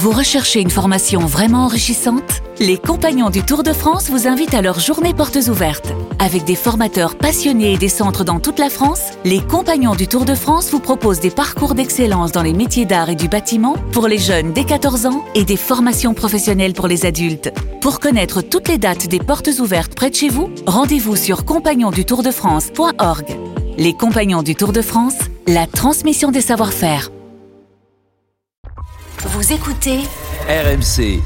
Vous recherchez une formation vraiment enrichissante ? Les Compagnons du Tour de France vous invitent à leur journée portes ouvertes. Avec des formateurs passionnés et des centres dans toute la France, les Compagnons du Tour de France vous proposent des parcours d'excellence dans les métiers d'art et du bâtiment pour les jeunes dès 14 ans et des formations professionnelles pour les adultes. Pour connaître toutes les dates des portes ouvertes près de chez vous, rendez-vous sur compagnonsdutourdefrance.org. Les Compagnons du Tour de France, la transmission des savoir-faire. Vous écoutez RMC.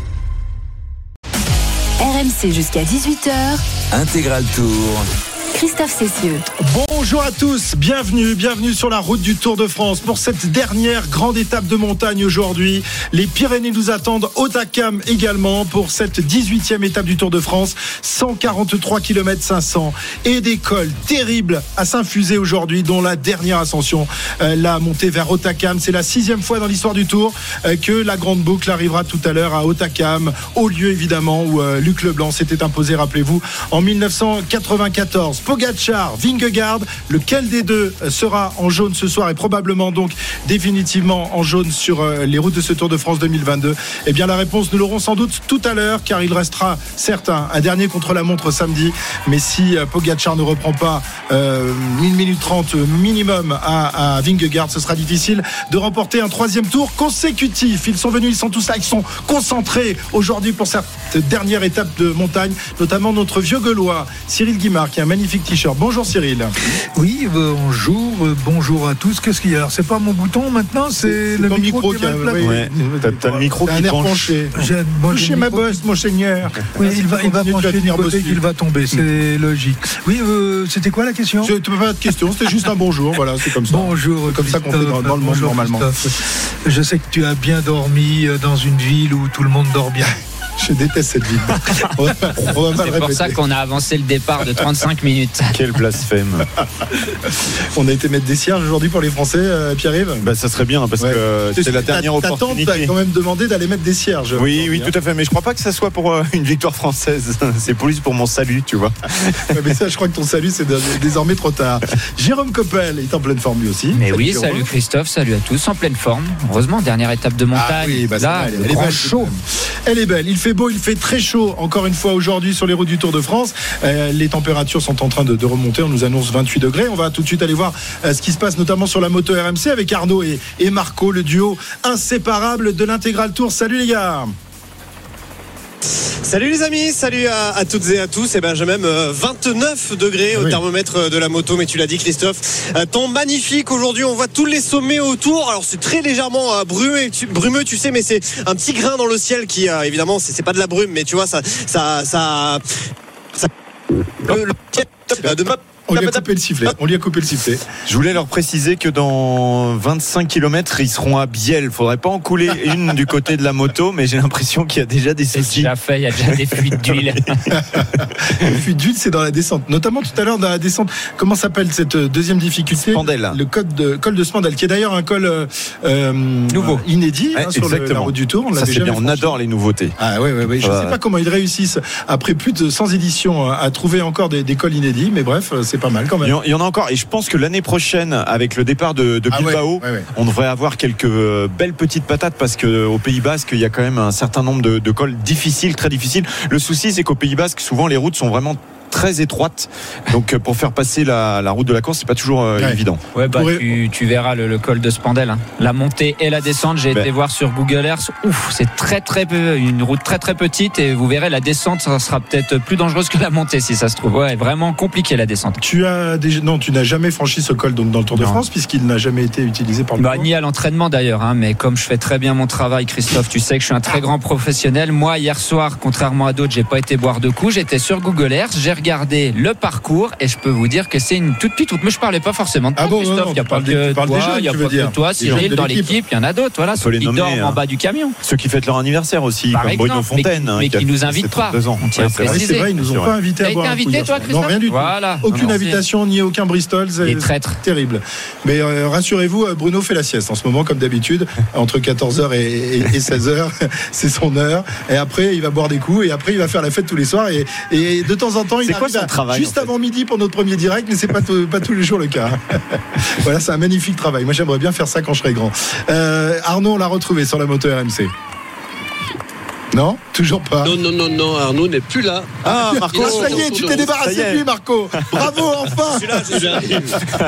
RMC jusqu'à 18h. Intégral Tour. Christophe Cessieux. Bonjour à tous, bienvenue sur la route du Tour de France pour cette dernière grande étape de montagne aujourd'hui. Les Pyrénées nous attendent, Hautacam également pour cette 18e étape du Tour de France, 143 km 500 et des cols terribles à s'infuser aujourd'hui, dont la dernière ascension, la montée vers Hautacam. C'est la 6e fois dans l'histoire du Tour que la grande boucle arrivera tout à l'heure à Hautacam, au lieu évidemment où Luc Leblanc s'était imposé, rappelez-vous, en 1994. Pogačar, Vingegaard, lequel des deux sera en jaune ce soir et probablement donc définitivement en jaune sur les routes de ce Tour de France 2022? Eh bien la réponse nous l'aurons sans doute tout à l'heure, car il restera certes un dernier contre la montre samedi, mais si Pogačar ne reprend pas 1 minute 30 minimum à Vingegaard, ce sera difficile de remporter un 3e tour consécutif. Ils sont venus, ils sont tous là, ils sont concentrés aujourd'hui pour cette dernière étape de montagne, notamment notre vieux Gaulois Cyril Guimard qui a un magnifique t-shirt. Bonjour Cyril. Oui, bonjour à tous. Qu'est-ce qu'il y a? Alors, c'est pas mon bouton maintenant, c'est le micro qui est mal placé. Ouais. T'as le micro qui penche. Touchez ma bosse, mon seigneur. Oui, il va pencher du côté qu'il va tomber, c'est logique. Oui, c'était quoi la question? Tu peux pas de question, c'était juste un bonjour. Voilà, c'est comme ça. Bonjour, comme ça qu'on fait dans le monde normalement. Je sais que tu as bien dormi dans une ville où tout le monde dort bien. Je déteste cette ville. On va c'est pour ça qu'on a avancé le départ de 35 minutes. Quel blasphème. On a été mettre des cierges aujourd'hui pour les Français, Pierre-Yves. Ça serait bien parce que c'est la dernière opportunité. Ta tante t'a quand même demandé d'aller mettre des cierges. Oui, tout à fait. Mais je crois pas que ça soit pour une victoire française. C'est plus pour mon salut, tu vois. Mais ça, je crois que ton salut, c'est désormais trop tard. Jérôme Coppel est en pleine forme lui aussi. Mais oui, salut Christophe, salut à tous, en pleine forme. Heureusement, dernière étape de montagne. Là, elle est belle, chaud. Elle est belle. Il fait beau, il fait très chaud encore une fois aujourd'hui sur les routes du Tour de France. Les températures sont en train de remonter. On nous annonce 28 degrés. On va tout de suite aller voir ce qui se passe notamment sur la moto RMC avec Arnaud et Marco, le duo inséparable de l'Intégral Tour. Salut les gars. Salut les amis, salut à toutes et à tous. Et ben j'ai même 29 degrés au thermomètre de la moto, mais tu l'as dit Christophe, temps magnifique aujourd'hui. On voit tous les sommets autour. Alors c'est très légèrement brumeux, tu sais, mais c'est un petit grain dans le ciel qui évidemment c'est pas de la brume, mais tu vois ça On lui a coupé le sifflet. Je voulais leur préciser que dans 25 km, ils seront à Biel. Faudrait pas en couler une du côté de la moto, mais j'ai l'impression qu'il y a déjà des soucis. Il y a déjà des fuites d'huile. Les fuites d'huile, c'est dans la descente. Notamment tout à l'heure dans la descente. Comment s'appelle cette deuxième difficulté? Spandel. Le col de Spandel, qui est d'ailleurs un col nouveau, inédit sur la route du Tour. Ça c'est bien, on adore les nouveautés. Ah ouais. Je sais pas comment ils réussissent après plus de 100 éditions à trouver encore des cols inédits, mais bref, c'est pas mal quand même. Il y en a encore, et je pense que l'année prochaine, avec le départ de Bilbao, on devrait avoir quelques belles petites patates, parce qu'au Pays Basque, il y a quand même un certain nombre de cols difficiles, très difficiles. Le souci, c'est qu'au Pays Basque, souvent les routes sont vraiment très étroite, donc pour faire passer la route de la course, c'est pas toujours évident. Tu verras le col de Spandel, hein. La montée et la descente, j'ai été voir sur Google Earth. C'est une route très très petite, et vous verrez la descente, ça sera peut-être plus dangereuse que la montée si ça se trouve. Vraiment compliqué la descente. Tu n'as jamais franchi ce col donc dans le Tour de France, puisqu'il n'a jamais été utilisé par le ni à l'entraînement d'ailleurs, hein, mais comme je fais très bien mon travail, Christophe, tu sais que je suis un très grand professionnel. Moi hier soir, contrairement à d'autres, j'ai pas été boire de coups, j'étais sur Google Earth, j'ai regardé le parcours, et je peux vous dire que c'est une toute petite route. Mais je parlais pas forcément de toi, Christophe. Il n'y a pas que toi, il y a pas que toi, Cyril, dans l'équipe, il y en a d'autres. Voilà, ceux qui dorment en bas du camion. Ceux qui fêtent leur anniversaire aussi, comme Bruno Fontaine. Mais qui nous invitent pas. On tient à préciser. C'est vrai, ils nous ont pas invités à boire. T'as été invité, toi, Christophe? Non, rien du tout. Aucune invitation, ni aucun Bristol. Les traîtres. Terrible. Mais rassurez-vous, Bruno fait la sieste en ce moment, comme d'habitude, entre 14h et 16h. C'est son heure. Et après, il va boire des coups, et après, il va faire la fête tous les soirs. Et de temps en temps, il arrive juste avant midi pour notre premier direct, mais c'est pas tous les jours le cas. Voilà, c'est un magnifique travail. Moi, j'aimerais bien faire ça quand je serai grand. Arnaud, on l'a retrouvé sur la moto RMC. Non, toujours pas. Non, Arnaud n'est plus là. Ah, Marco, ça y est, tu t'es débarrassé de lui, Marco. Bravo, enfin. Celui-là,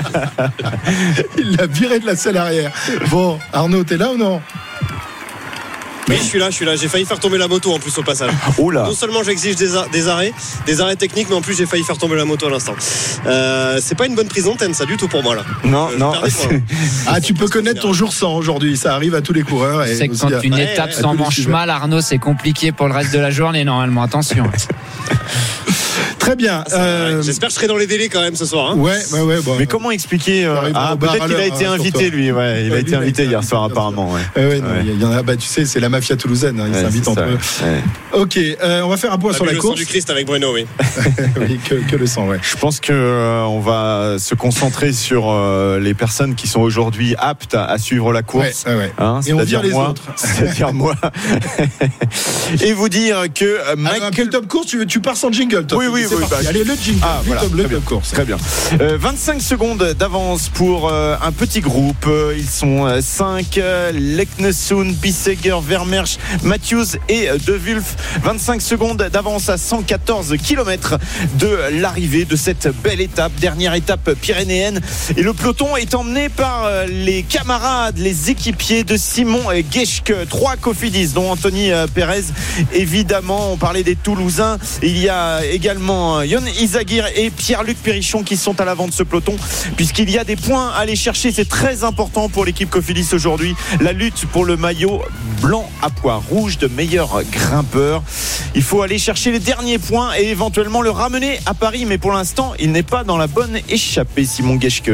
il l'a viré de la selle arrière. Bon, Arnaud, t'es là ou non? Oui, je suis là. J'ai failli faire tomber la moto en plus au passage. Oh là. Non seulement j'exige des arrêts techniques, mais en plus j'ai failli faire tomber la moto à l'instant. C'est pas une bonne prise d'antenne, ça du tout pour moi là. Non. Ah, tu peux connaître ton jour sans aujourd'hui, ça arrive à tous les coureurs. C'est que quand une étape s'emmanche mal, Arnaud, c'est compliqué pour le reste de la journée normalement. Attention. Très bien. J'espère que je serai dans les délais quand même ce soir. Hein. Ouais. Bon, mais comment expliquer peut-être qu'il a été invité lui. Ouais, il a été invité hier soir apparemment. Il y en a. Tu sais, c'est la mafia toulousaine. Ils s'invitent entre eux. Ok, on va faire un point sur la course. Le sang du Christ avec Bruno, oui. Oui, que le sang, ouais. Je pense que on va se concentrer sur les personnes qui sont aujourd'hui aptes à suivre la course. Ouais. Hein, et on vire les autres. C'est-à-dire moi. Et vous dire que quel top course tu pars sans jingle, toi. Oui. Allez, le jingle. Le top course. Très bien. 25 secondes d'avance pour un petit groupe. Ils sont 5. Leknesund, Bissegger, Vermersch, Matthews et De Wulf. 25 secondes d'avance à 114 km de l'arrivée de cette belle étape, dernière étape pyrénéenne. Et le peloton est emmené par les camarades, les équipiers de Simon Geschke. 3 Cofidis, dont Anthony Perez. Évidemment, on parlait des Toulousains. Il y a également Yon Izagirre et Pierre-Luc Périchon qui sont à l'avant de ce peloton, puisqu'il y a des points à aller chercher. C'est très important pour l'équipe Cofidis aujourd'hui. La lutte pour le maillot blanc à pois rouge de meilleur grimpeur. Il faut aller chercher les derniers points et éventuellement le ramener à Paris, mais pour l'instant il n'est pas dans la bonne échappée, Simon Geschke.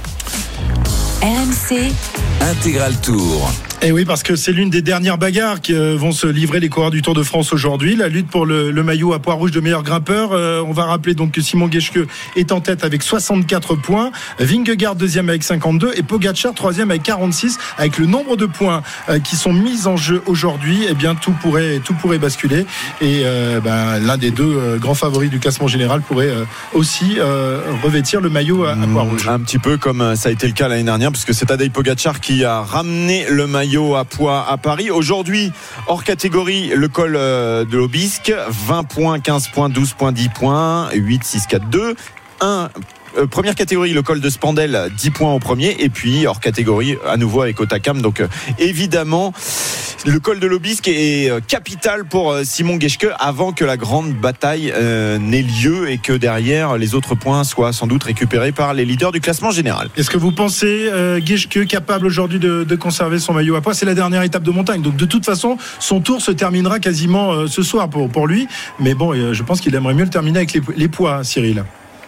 RMC Intégral Tour. Et oui, parce que c'est l'une des dernières bagarres qui vont se livrer les coureurs du Tour de France aujourd'hui. La lutte pour le maillot à pois rouge de meilleur grimpeur. On va rappeler donc que Simon Geschke est en tête avec 64 points. Vingegaard deuxième avec 52 et Pogačar troisième avec 46. Avec le nombre de points qui sont mis en jeu aujourd'hui, eh bien tout pourrait basculer. Et l'un des deux grands favoris du classement général pourrait aussi revêtir le maillot à pois rouge. Un petit peu comme ça a été le cas l'année dernière, puisque c'est Tadej Pogačar qui a ramené le maillot à pois à Paris. Aujourd'hui, hors catégorie, le col de l'Aubisque, 20 points, 15 points, 12 points, 10 points, 8, 6, 4, 2, 1. Première catégorie, le col de Spandel, 10 points au premier, et puis hors catégorie à nouveau avec Otakam. Donc évidemment le col de l'Aubisque est capital pour Simon Geschke avant que la grande bataille n'ait lieu et que derrière les autres points soient sans doute récupérés par les leaders du classement général. Est-ce que vous pensez Geschke capable aujourd'hui de conserver son maillot à pois? C'est la dernière étape de montagne, donc de toute façon son tour se terminera quasiment ce soir pour lui, mais bon, je pense qu'il aimerait mieux le terminer avec les pois, Cyril.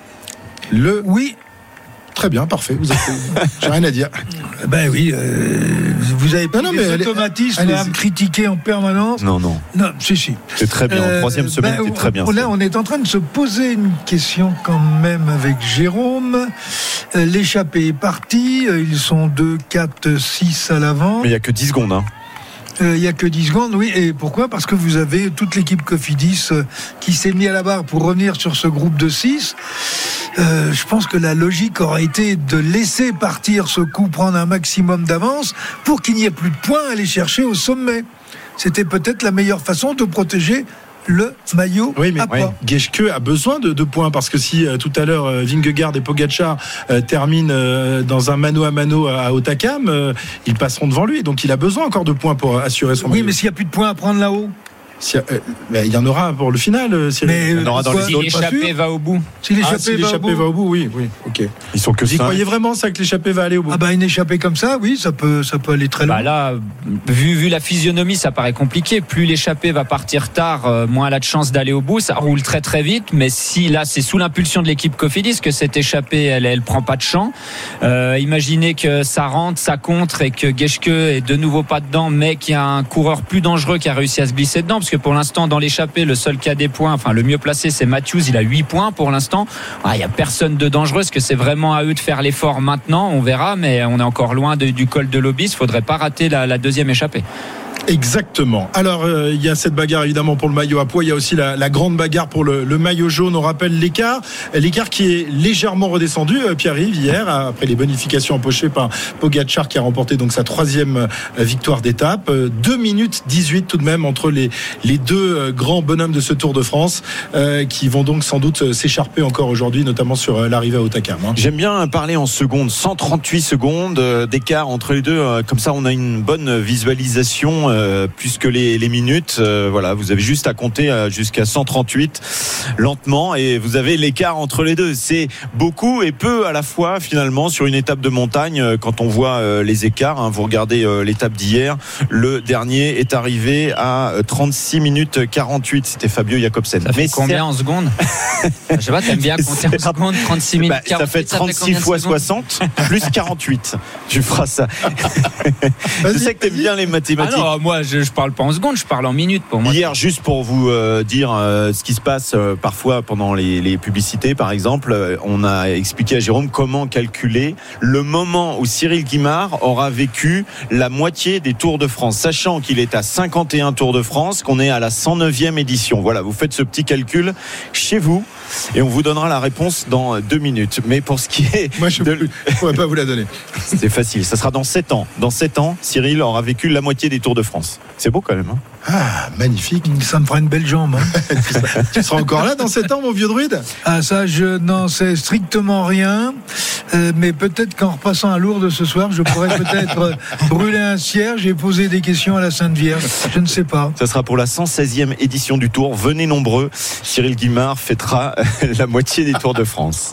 Oui. Très bien, parfait. J'ai rien à dire. Ben oui, vous avez pas des automatismes à me critiquer en permanence. Non, si. C'est très bien. En troisième semaine, c'est très bien. Là, on est en train de se poser une question quand même avec Jérôme. L'échappée est partie. Ils sont 2, 4, 6 à l'avant. Mais il n'y a que 10 secondes, hein. Il n'y a que 10 secondes, oui. Et pourquoi? Parce que vous avez toute l'équipe Cofidis qui s'est mis à la barre pour revenir sur ce groupe de 6. Je pense que la logique aurait été de laisser partir ce coup, prendre un maximum d'avance pour qu'il n'y ait plus de points à aller chercher au sommet. C'était peut-être la meilleure façon de protéger le maillot à pois. Geschke a besoin de points, parce que si tout à l'heure Vingegaard et Pogačar terminent dans un mano à mano à Otakam, ils passeront devant lui, donc il a besoin encore de points pour assurer son maillot. Oui, mais s'il n'y a plus de points à prendre là-haut, il y en aura pour le final. Si l'échappée va au bout. Si l'échappée va au bout, oui, ok. Ils sont que Vous y croyez vraiment ça, que l'échappée va aller au bout? Une échappée comme ça, oui, ça peut aller très loin. Là, vu la physionomie, ça paraît compliqué. Plus l'échappée va partir tard, moins elle a de chance d'aller au bout. Ça roule très très vite, mais si là c'est sous l'impulsion de l'équipe Cofidis que cette échappée, elle prend pas de champ. Imaginez que ça rentre, ça contre et que Geschke est de nouveau pas dedans, mais qu'il y a un coureur plus dangereux qui a réussi à se glisser dedans. Parce que pour l'instant, dans l'échappée, le seul qui a des points, le mieux placé, c'est Matthews. Il a 8 points pour l'instant. Il n'y a personne de dangereux. Est-ce que c'est vraiment à eux de faire l'effort maintenant? On verra, mais on est encore loin du col de l'Aubisque. Il ne faudrait pas rater la deuxième échappée. Exactement. Alors, il y a cette bagarre évidemment pour le maillot à pois. Il y a aussi la grande bagarre pour le maillot jaune. On rappelle l'écart qui est légèrement redescendu, Pierre-Yves, hier, après les bonifications empochées par Pogačar, qui a remporté donc sa 3e victoire d'étape. 2 minutes 18 tout de même entre les deux grands bonhommes de ce Tour de France, qui vont donc sans doute s'écharper encore aujourd'hui, notamment sur l'arrivée à Hautacam. J'aime bien parler en secondes, 138 secondes d'écart entre les deux. Comme ça, on a une bonne visualisation. Plus que les minutes, voilà, vous avez juste à compter jusqu'à 138 lentement et vous avez l'écart entre les deux. C'est beaucoup et peu à la fois finalement sur une étape de montagne quand on voit les écarts. Vous regardez l'étape d'hier, le dernier est arrivé à 36 minutes 48. C'était Fabio Jacobsen. Ça fait combien en secondes? Je sais pas, t'aimes bien compter en secondes, 36 minutes 48. Ça fait 36 fois 60 plus 48. Tu feras ça. Je sais que t'aimes bien les mathématiques. Ah non, moi je parle pas en secondes, je parle en minutes pour moi. Hier, juste pour vous dire ce qui se passe parfois pendant les publicités par exemple, on a expliqué à Jérôme comment calculer le moment où Cyril Guimard aura vécu la moitié des Tours de France, sachant qu'il est à 51 Tours de France, qu'on est à la 109e édition. Voilà, vous faites ce petit calcul chez vous et on vous donnera la réponse dans 2 minutes. Mais pour ce qui est... Moi, je ne pourrais pas vous la donner. C'est facile, ça sera dans 7 ans. Dans 7 ans, Cyril aura vécu la moitié des Tours de France. C'est beau quand même. Ah, magnifique. Ça me fera une belle jambe. Tu seras encore là dans 7 ans, mon vieux druide? Ah, ça, je n'en sais strictement rien. Mais peut-être qu'en repassant à Lourdes ce soir, je pourrais peut-être brûler un cierge et poser des questions à la Sainte Vierge. Je ne sais pas. Ça sera pour la 116e édition du Tour. Venez nombreux. Cyril Guimard fêtera la moitié des Tours de France.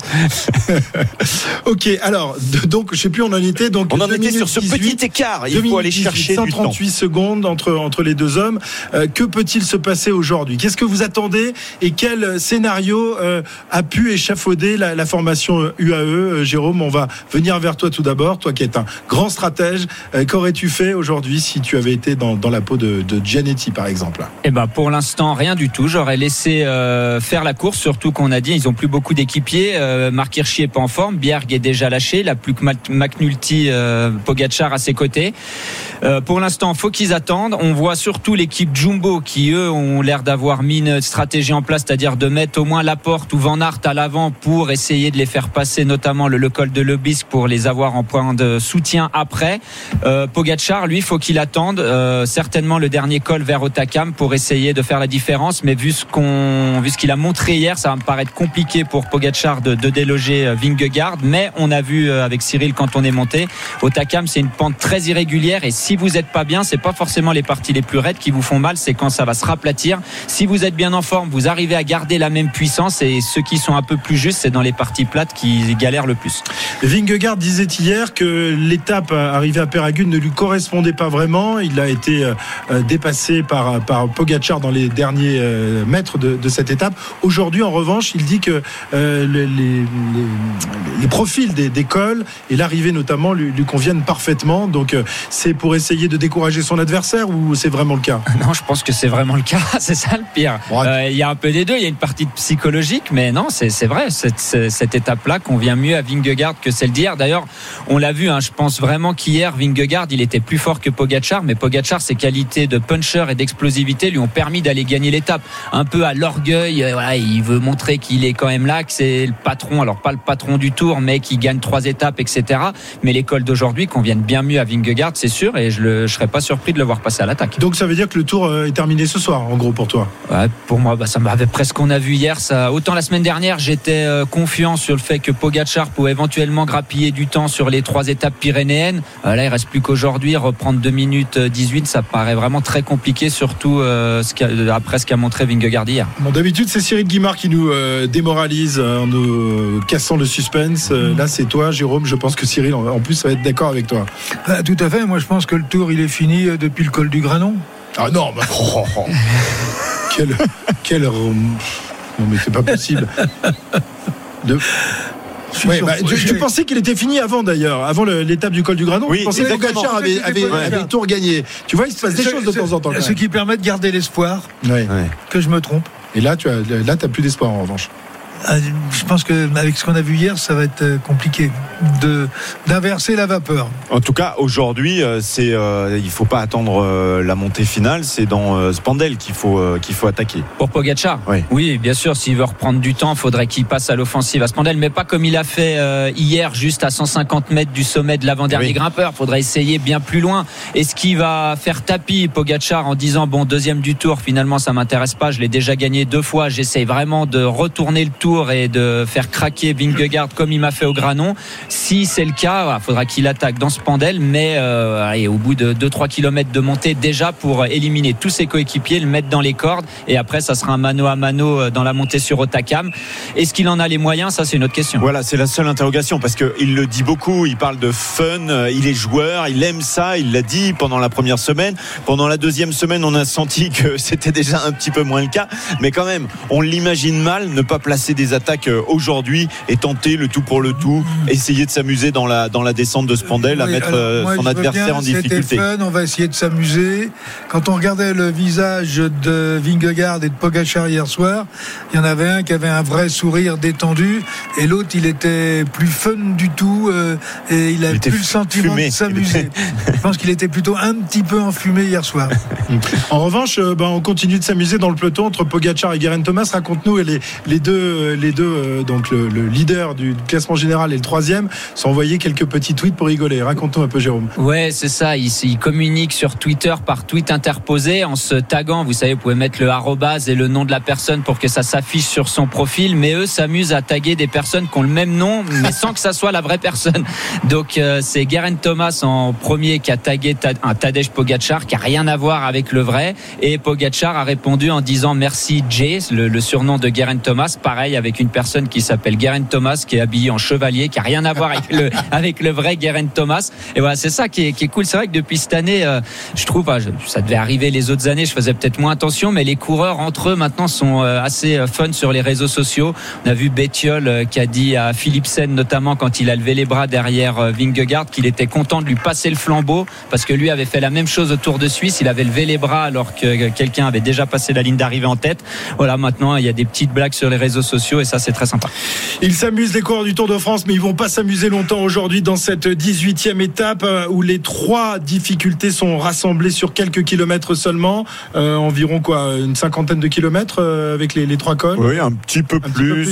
Ok, alors, donc, je sais plus, on en était. Donc, on en était sur ce 18, petit écart. Il faut aller chercher 138 du temps. Secondes entre les deux hommes. Que peut-il se passer aujourd'hui? Qu'est-ce que vous attendez et quel scénario a pu échafauder la formation UAE? Jérôme, on va venir vers toi tout d'abord, toi qui es un grand stratège. Qu'aurais-tu fait aujourd'hui si tu avais été dans la peau de Gianetti par exemple? Eh ben, pour l'instant rien du tout. J'aurais laissé faire la course, surtout qu'on a dit ils ont plus beaucoup d'équipiers. Marc Hirschi est pas en forme, Bjerg est déjà lâché, il a plus que McNulty, Pogačar à ses côtés. Pour l'instant, faut qu'ils attendent. On voit surtout l'équipe Jumbo qui eux ont l'air d'avoir mis une stratégie en place, c'est-à-dire de mettre au moins Laporte ou Van Aert à l'avant pour essayer de les faire passer, notamment le col de Lebisque, pour les avoir en point de soutien après. Pogačar, lui, faut qu'il attende certainement le dernier col vers Hautacam pour essayer de faire la différence, mais vu ce qu'il a montré hier, ça va me paraître compliqué pour Pogačar de déloger Vingegaard, mais on a vu avec Cyril quand on est monté, Hautacam c'est une pente très irrégulière et si vous n'êtes pas bien, c'est pas forcément les parties les plus raides qui vous font mal, c'est quand ça va se raplatir. Si vous êtes bien en forme, vous arrivez à garder la même puissance et ceux qui sont un peu plus justes, c'est dans les parties plates qui galèrent le plus. Vingegaard disait hier que l'étape arrivée à Péragude ne lui correspondait pas vraiment. Il a été dépassé par Pogačar dans les derniers mètres de cette étape. Aujourd'hui, en revanche, il dit que les profils des cols et l'arrivée notamment lui conviennent parfaitement. Donc, c'est pour essayer de décourager son adversaire ou c'est vraiment le cas? Non, je pense que c'est vraiment le cas. C'est ça le pire. Il y a un peu des deux. Il y a une partie psychologique, mais non, c'est vrai. Cette étape-là convient mieux à Vingegaard que celle d'hier. D'ailleurs, on l'a vu. Je pense vraiment qu'hier, Vingegaard, il était plus fort que Pogačar, mais Pogačar, ses qualités de puncher et d'explosivité lui ont permis d'aller gagner l'étape. Un peu à l'orgueil. Voilà, il veut montrer qu'il est quand même là, que c'est le patron. Alors pas le patron du Tour, mais qui gagne 3 étapes, etc. Mais les cols d'aujourd'hui conviennent bien mieux à Vingegaard, c'est sûr, et je serais pas surpris de le voir passer à l'attaque. Donc ça veut dire que le Tour est terminé ce soir, en gros, pour toi? Ouais, pour moi, ça m'avait presque qu'on a vu hier. Ça, autant la semaine dernière, j'étais confiant sur le fait que Pogačar pouvait éventuellement grappiller du temps sur les 3 étapes pyrénéennes. Là, il reste plus qu'aujourd'hui reprendre 2 minutes 18, ça paraît vraiment très compliqué, surtout après ce qu'a montré Vingegaard hier. Bon, d'habitude, c'est Cyril Guimard qui nous démoralise en nous cassant le suspense. Là, c'est toi, Jérôme. Je pense que Cyril, en plus, va être d'accord avec toi. Tout à fait. Moi, je pense que le Tour, il est fini depuis le col du Granon. Ah non, mais... Quel... Non, mais c'est pas possible. Tu pensais qu'il était fini avant d'ailleurs, avant l'étape du col du Granon? Oui, tu pensais que Pogačar avait le Tour gagné. Tu vois, il se passe des choses de temps en temps. Ce qui permet de garder l'espoir que je me trompe. Et là, t'as plus d'espoir en revanche. Je pense qu'avec ce qu'on a vu hier, ça va être compliqué d'inverser la vapeur. En tout cas, aujourd'hui, il faut pas attendre la montée finale. C'est dans Spandel qu'il faut attaquer. Pour Pogačar, oui, bien sûr. S'il veut reprendre du temps, il faudrait qu'il passe à l'offensive à Spandel, mais pas comme il a fait hier, juste à 150 mètres du sommet de l'avant-dernier grimpeur. Il faudrait essayer bien plus loin. Est-ce qu'il va faire tapis Pogačar en disant bon, deuxième du Tour, finalement ça m'intéresse pas, je l'ai déjà gagné 2 fois, j'essaye vraiment de retourner le Tour et de faire craquer Vingegaard comme il m'a fait au Granon. Si c'est le cas, il faudra qu'il attaque dans Spandel, mais au bout de 2-3 km de montée déjà pour éliminer tous ses coéquipiers, le mettre dans les cordes, et après ça sera un mano à mano dans la montée sur Hautacam. Est-ce qu'il en a les moyens? Ça c'est une autre question. Voilà, c'est la seule interrogation, parce qu'il le dit beaucoup, il parle de fun, il est joueur, il aime ça, il l'a dit pendant la première semaine. Pendant la deuxième semaine, on a senti que c'était déjà un petit peu moins le cas, mais quand même, on l'imagine mal ne pas placer des attaques aujourd'hui et tenter le tout pour le tout, essayer de s'amuser dans la descente de Spandel, à mettre son adversaire en difficulté. C'était fun, on va essayer de s'amuser. Quand on regardait le visage de Vingegaard et de Pogačar hier soir, il y en avait un qui avait un vrai sourire détendu et l'autre il était plus fun du tout et il avait plus le sentiment de s'amuser. Je pense qu'il était plutôt un petit peu enfumé hier soir. En revanche, on continue de s'amuser dans le peloton entre Pogačar et Geraint Thomas. Raconte-nous, les deux donc le leader du classement général et le troisième sont envoyés quelques petits tweets pour rigoler. Raconte-nous un peu, Jérôme. Ouais, c'est ça. Ils communiquent sur Twitter par tweet interposé en se taguant. Vous savez, vous pouvez mettre le arrobase et le nom de la personne pour que ça s'affiche sur son profil. Mais eux s'amusent à taguer des personnes qui ont le même nom, mais sans que ça soit la vraie personne. Donc c'est Geraint Thomas en premier qui a tagué un Tadej Pogačar qui a rien à voir avec le vrai. Et Pogačar a répondu en disant merci Jay, le surnom de Geraint Thomas. Pareil avec une personne qui s'appelle Geraint Thomas, qui est habillé en chevalier, qui a rien à voir avec le vrai Geraint Thomas. Et voilà, c'est ça qui est cool. C'est vrai que depuis cette année, je trouve, ça devait arriver les autres années, je faisais peut-être moins attention, mais les coureurs entre eux maintenant sont assez fun sur les réseaux sociaux. On a vu Bettiol qui a dit à Philipsen notamment quand il a levé les bras derrière Vingegaard qu'il était content de lui passer le flambeau parce que lui avait fait la même chose au Tour de Suisse. Il avait levé les bras alors que quelqu'un avait déjà passé la ligne d'arrivée en tête. Voilà, maintenant il y a des petites blagues sur les réseaux sociaux et ça c'est très sympa. Ils s'amusent, les coureurs du Tour de France, mais ils vont pas s'amuser longtemps aujourd'hui dans cette 18e étape où les 3 difficultés sont rassemblées sur quelques kilomètres seulement. Environ une cinquantaine de kilomètres avec les 3 cols. Oui, un petit peu plus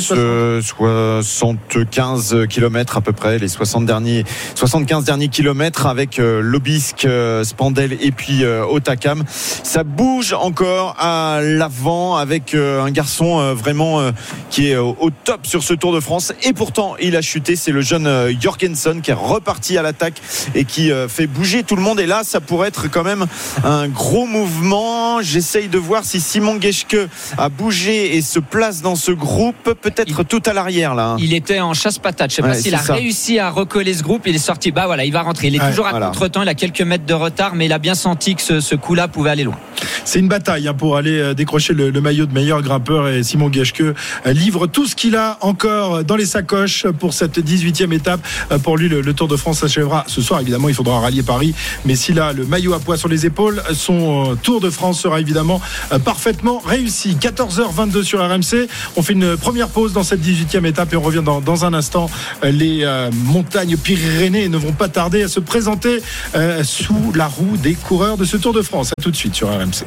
75 kilomètres à peu près, les 75 derniers kilomètres avec l'Aubisque, Spandel et puis Hautacam. Ça bouge encore à l'avant avec un garçon vraiment qui est au top sur ce Tour de France, et pourtant il a chuté. C'est le jeune Jorgensen qui est reparti à l'attaque et qui fait bouger tout le monde, et là ça pourrait être quand même un gros mouvement. J'essaye de voir si Simon Geschke a bougé et se place dans ce groupe, peut-être tout à l'arrière là. Il était en chasse-patate, je sais pas s'il a réussi à recoller ce groupe. Il est sorti, il va rentrer, il est toujours à contre-temps, il a quelques mètres de retard, mais il a bien senti que ce coup-là pouvait aller loin. C'est une bataille pour aller décrocher le maillot de meilleur grimpeur, et Simon Geschke livre tout ce qu'il a encore dans les sacoches pour cette 18e étape. Pour lui, le Tour de France s'achèvera ce soir. Évidemment, il faudra rallier Paris, mais s'il a le maillot à poids sur les épaules, son Tour de France sera évidemment parfaitement réussi. 14h22 sur RMC. On fait une première pause dans cette 18e étape et on revient dans un instant. Les montagnes Pyrénées ne vont pas tarder à se présenter sous la roue des coureurs de ce Tour de France. À tout de suite sur RMC.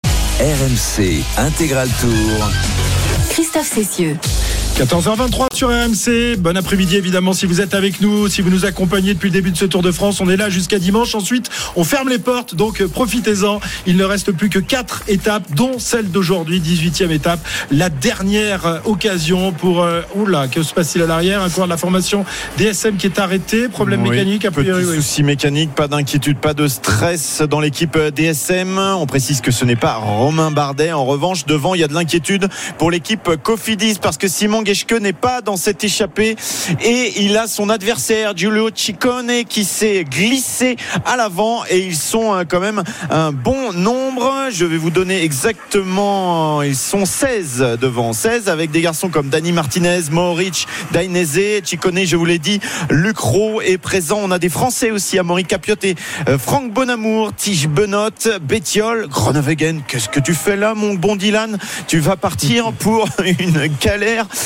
RMC Intégral Tour. Christophe Cessieux. 14h23 sur RMC. Bon après-midi évidemment si vous êtes avec nous, si vous nous accompagnez depuis le début de ce Tour de France. On est là jusqu'à dimanche. Ensuite, on ferme les portes, donc profitez-en. Il ne reste plus que 4 étapes, dont celle d'aujourd'hui, 18e étape. La dernière occasion pour... que se passe-t-il à l'arrière? Un coureur de la formation DSM qui est arrêté. Problème mécanique, a priori. Souci mécanique, pas d'inquiétude, pas de stress dans l'équipe DSM. On précise que ce n'est pas Romain Bardet. En revanche, devant, il y a de l'inquiétude pour l'équipe Cofidis parce que Simon Geschke n'est pas dans cette échappée et il a son adversaire Giulio Ciccone qui s'est glissé à l'avant, et ils sont quand même un bon nombre. Je vais vous donner exactement, ils sont 16 devant, 16 avec des garçons comme Dani Martinez, Mohoric, Dainese, Ciccone, je vous l'ai dit, Luc Rowe est présent. On a des Français aussi, Amaury Capiot et Franck Bonamour, Tige Benot, Bettiol, Groenewegen. Qu'est-ce que tu fais là, mon bon Dylan? Tu vas partir pour une galère.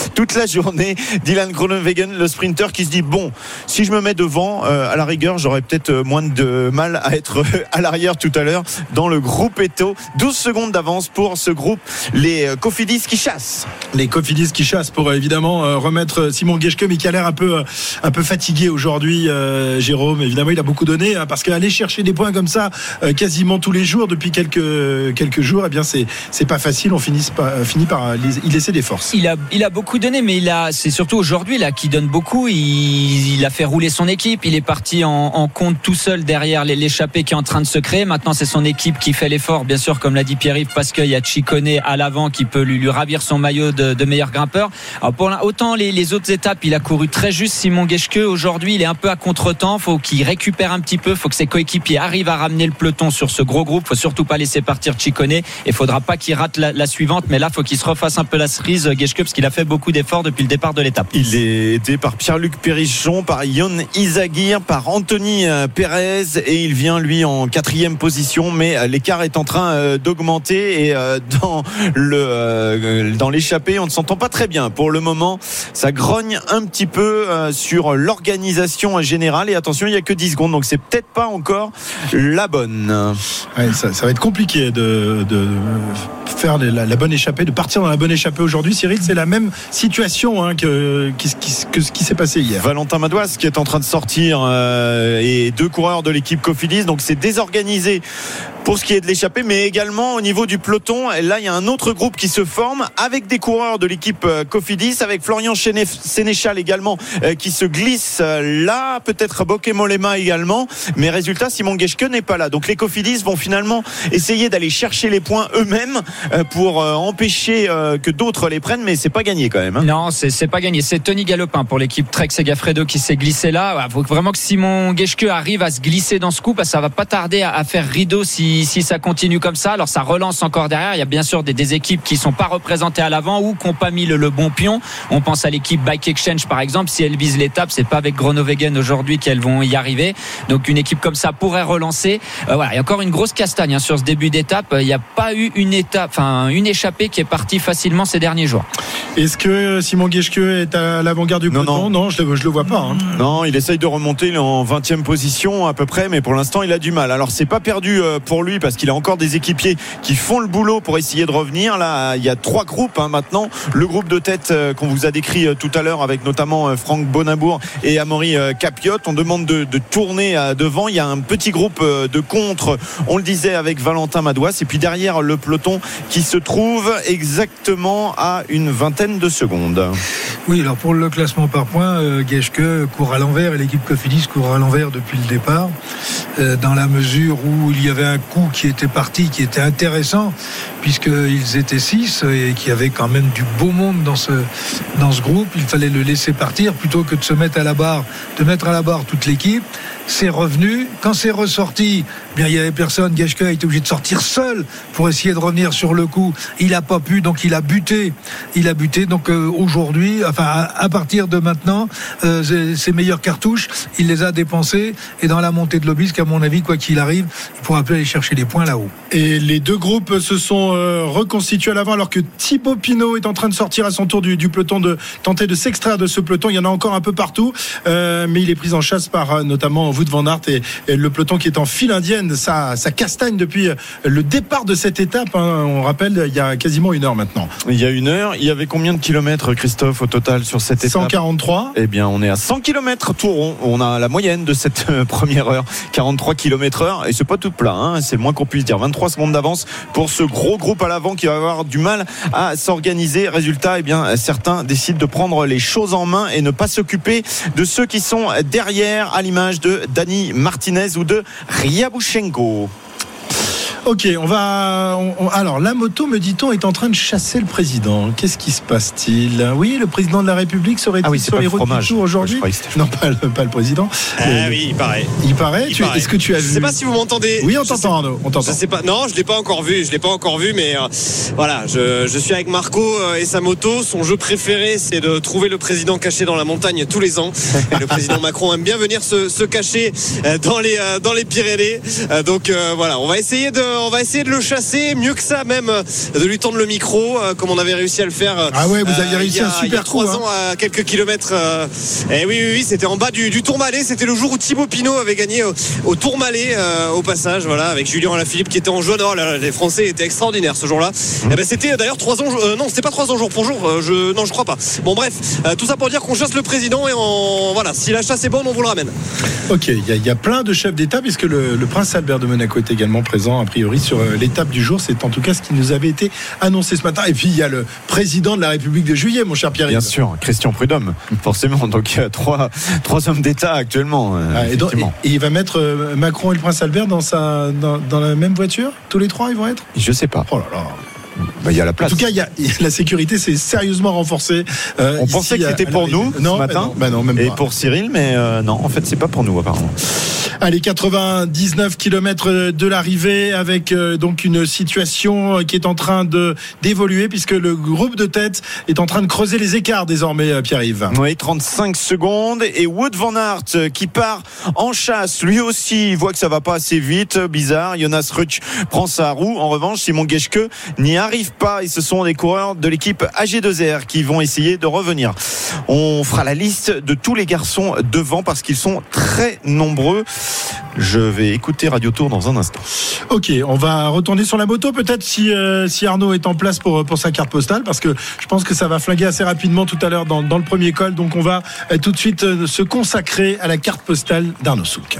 toute la journée. Dylan Groenewegen, le sprinter, qui se dit bon, si je me mets devant, à la rigueur, j'aurais peut-être moins de mal à être à l'arrière tout à l'heure dans le groupe Eto. 12 secondes d'avance pour ce groupe, les Cofidis qui chassent. Les Cofidis qui chassent pour évidemment remettre Simon Geschke, mais qui a l'air un peu fatigué aujourd'hui, Jérôme. Évidemment, il a beaucoup donné, hein, parce qu'aller chercher des points comme ça quasiment tous les jours depuis quelques jours, eh bien c'est pas facile. On finit par y laisser des forces. Il a beaucoup donné, mais c'est surtout aujourd'hui là qui donne beaucoup. Il a fait rouler son équipe. Il est parti en compte tout seul derrière l'échappée qui est en train de se créer. Maintenant, c'est son équipe qui fait l'effort, bien sûr, comme l'a dit Pierre-Yves, parce qu'il y a Ciccone à l'avant qui peut lui ravir son maillot de meilleur grimpeur. Alors autant les autres étapes, il a couru très juste, Simon Geschke. Aujourd'hui, il est un peu à contre-temps. Faut qu'il récupère un petit peu. Faut que ses coéquipiers arrivent à ramener le peloton sur ce gros groupe. Faut surtout pas laisser partir Ciccone. Et faudra pas qu'il rate la suivante. Mais là, faut qu'il se refasse un peu la cerise, Geschke, parce qu'il a fait beaucoup d'efforts depuis le départ de l'étape. Il est aidé par Pierre-Luc Périchon, par Yon Izagir, par Anthony Perez, et il vient lui en 4e position, mais l'écart est en train d'augmenter, et dans l'échappée on ne s'entend pas très bien pour le moment. Ça grogne un petit peu sur l'organisation générale, et attention, il n'y a que 10 secondes, donc c'est peut-être pas encore la bonne. Ouais, ça va être compliqué de faire la bonne échappée, de partir dans la bonne échappée aujourd'hui. Cyril, c'est la même situation, hein, que ce qui s'est passé hier. Valentin Madouas qui est en train de sortir, et 2 coureurs de l'équipe Cofidis, donc c'est désorganisé pour ce qui est de l'échappée, mais également au niveau du peloton. Et là, il y a un autre groupe qui se forme avec des coureurs de l'équipe Cofidis, avec Florian Sénéchal également qui se glisse là, peut-être Bokemolema également, mais résultat, Simon Geschke n'est pas là. Donc les Cofidis vont finalement essayer d'aller chercher les points eux-mêmes pour empêcher que d'autres les prennent, mais c'est pas gagné quand même, hein. Non, c'est pas gagné. C'est Tony Galopin pour l'équipe Trek Segafredo qui s'est glissé là. Il faut vraiment que Simon Geschke arrive à se glisser dans ce coup, parce que ça va pas tarder à faire rideau si ça continue comme ça. Alors ça relance encore derrière. Il y a bien sûr des équipes qui sont pas représentées à l'avant ou qui n'ont pas mis le bon pion. On pense à l'équipe Bike Exchange par exemple. Si elles visent l'étape, c'est pas avec Groenewegen aujourd'hui qu'elles vont y arriver. Donc une équipe comme ça pourrait relancer. Voilà, il y a encore une grosse castagne, hein, sur ce début d'étape. Il n'y a pas eu une échappée qui est partie facilement ces derniers jours. Est-ce que Simon Geschke est à l'avant-garde du peloton ? Non, je le vois pas, hein. Non, il essaye de remonter, il est en 20e position à peu près, mais pour l'instant il a du mal. Alors c'est pas perdu pour lui, parce qu'il a encore des équipiers qui font le boulot pour essayer de revenir. Là, il y a 3 groupes, hein, maintenant. Le groupe de tête qu'on vous a décrit tout à l'heure, avec notamment Franck Bonabour et Amaury Capiot. On demande de tourner devant. Il y a un petit groupe de contre, on le disait, avec Valentin Madouas, et puis derrière le peloton qui se trouve exactement à une 20aine de secondes. Oui, alors pour le classement par points, Geschke court à l'envers, et l'équipe Cofidis court à l'envers depuis le départ, dans la mesure où il y avait un coup qui était parti, qui était intéressant, puisqu'ils étaient 6 et qu'il y avait quand même du beau monde dans ce groupe. Il fallait le laisser partir plutôt que de se mettre à la barre, de mettre à la barre toute l'équipe. C'est revenu. Quand c'est ressorti, bien, il n'y avait personne. Geschke a été obligé de sortir seul pour essayer de revenir sur le coup. Il n'a pas pu, donc il a buté. Donc aujourd'hui, à partir de maintenant, ses meilleures cartouches, il les a dépensées. Et dans la montée de l'Obisque, à mon avis, quoi qu'il arrive, il pourra plus aller chercher les points là-haut. Et les 2 groupes se sont reconstitués à l'avant, alors que Thibaut Pinot est en train de sortir à son tour du peloton, de tenter de s'extraire de ce peloton. Il y en a encore un peu partout, mais il est pris en chasse par notamment Wout van Aert et le peloton qui est en file indienne. Ça castagne depuis le départ de cette étape, hein. On rappelle, il y a quasiment 1 heure maintenant. Il y a 1 heure. Il y avait combien de kilomètres, Christophe, au total sur cette étape ? 143. Eh bien, on est à 100 km tout rond. On a la moyenne de cette première heure, 43 km/h, et c'est pas tout plat, hein. C'est le moins qu'on puisse dire. 23 secondes d'avance pour ce gros groupe à l'avant qui va avoir du mal à s'organiser. Résultat, eh bien, certains décident de prendre les choses en main et ne pas s'occuper de ceux qui sont derrière, à l'image de Dani Martinez ou de Ryabushenko. Ok, alors la moto, me dit-on, est en train de chasser le président. Qu'est-ce qui se passe-t-il ? Oui, le président de la République serait-il sur les routes du Tour aujourd'hui ? Non, pas le président. Oui, il paraît. Est-ce que tu as vu ? Je sais pas si vous m'entendez. Oui, on t'entend, Arnaud. On t'entend. Je sais pas. Non, je l'ai pas encore vu, mais voilà, je suis avec Marco et sa moto. Son jeu préféré, c'est de trouver le président caché dans la montagne tous les ans. Et le président Macron aime bien venir se cacher dans les Pyrénées. Donc voilà, on va essayer de on va essayer de le chasser, mieux que ça même, de lui tendre le micro, comme on avait réussi à le faire. Ah ouais, vous aviez réussi un super coup. Il y a 3 ans, à quelques kilomètres. Et oui, c'était en bas du Tourmalet. C'était le jour où Thibaut Pinot avait gagné au Tourmalet, au passage, voilà, avec Julien Alaphilippe qui était en jaune. Oh là, les Français étaient extraordinaires ce jour-là. Et ben c'était d'ailleurs 3 ans. Non, c'était pas 3 ans jour pour jour. Non, je crois pas. Bon, bref, tout ça pour dire qu'on chasse le président et voilà, si la chasse est bonne, on vous le ramène. Ok, il y a plein de chefs d'État puisque le prince Albert de Monaco est également présent a priori sur l'étape du jour. C'est en tout cas ce qui nous avait été annoncé ce matin. Et puis il y a le président de la République de Juillet, mon cher Pierre. Bien sûr, Christian Prudhomme, forcément. Donc il y a trois hommes d'État actuellement. Et il va mettre Macron et le prince Albert dans la même voiture. Tous les 3 ils vont être. Je sais pas. Oh là là. Il y a la place. En tout cas, la sécurité s'est sérieusement renforcée. On pensait que c'était pour nous ce matin. Non, même et pas. pour Cyril, mais non, en fait, c'est pas pour nous apparemment. Allez, 99 km de l'arrivée avec donc une situation qui est en train d'évoluer puisque le groupe de tête est en train de creuser les écarts désormais, Pierre-Yves. Oui, 35 secondes et Wout van Aert qui part en chasse. Lui aussi, il voit que ça va pas assez vite. Bizarre. Jonas Rutsch prend sa roue. En revanche, Simon Geschke n'y arrive pas et ce sont les coureurs de l'équipe AG2R qui vont essayer de revenir. On fera la liste de tous les garçons devant parce qu'ils sont très nombreux. Je vais écouter Radio Tour dans un instant. Ok, on va retourner sur la moto peut-être si Arnaud est en place pour sa carte postale parce que je pense que ça va flinguer assez rapidement tout à l'heure dans le premier col. Donc on va tout de suite se consacrer à la carte postale d'Arnaud Souk.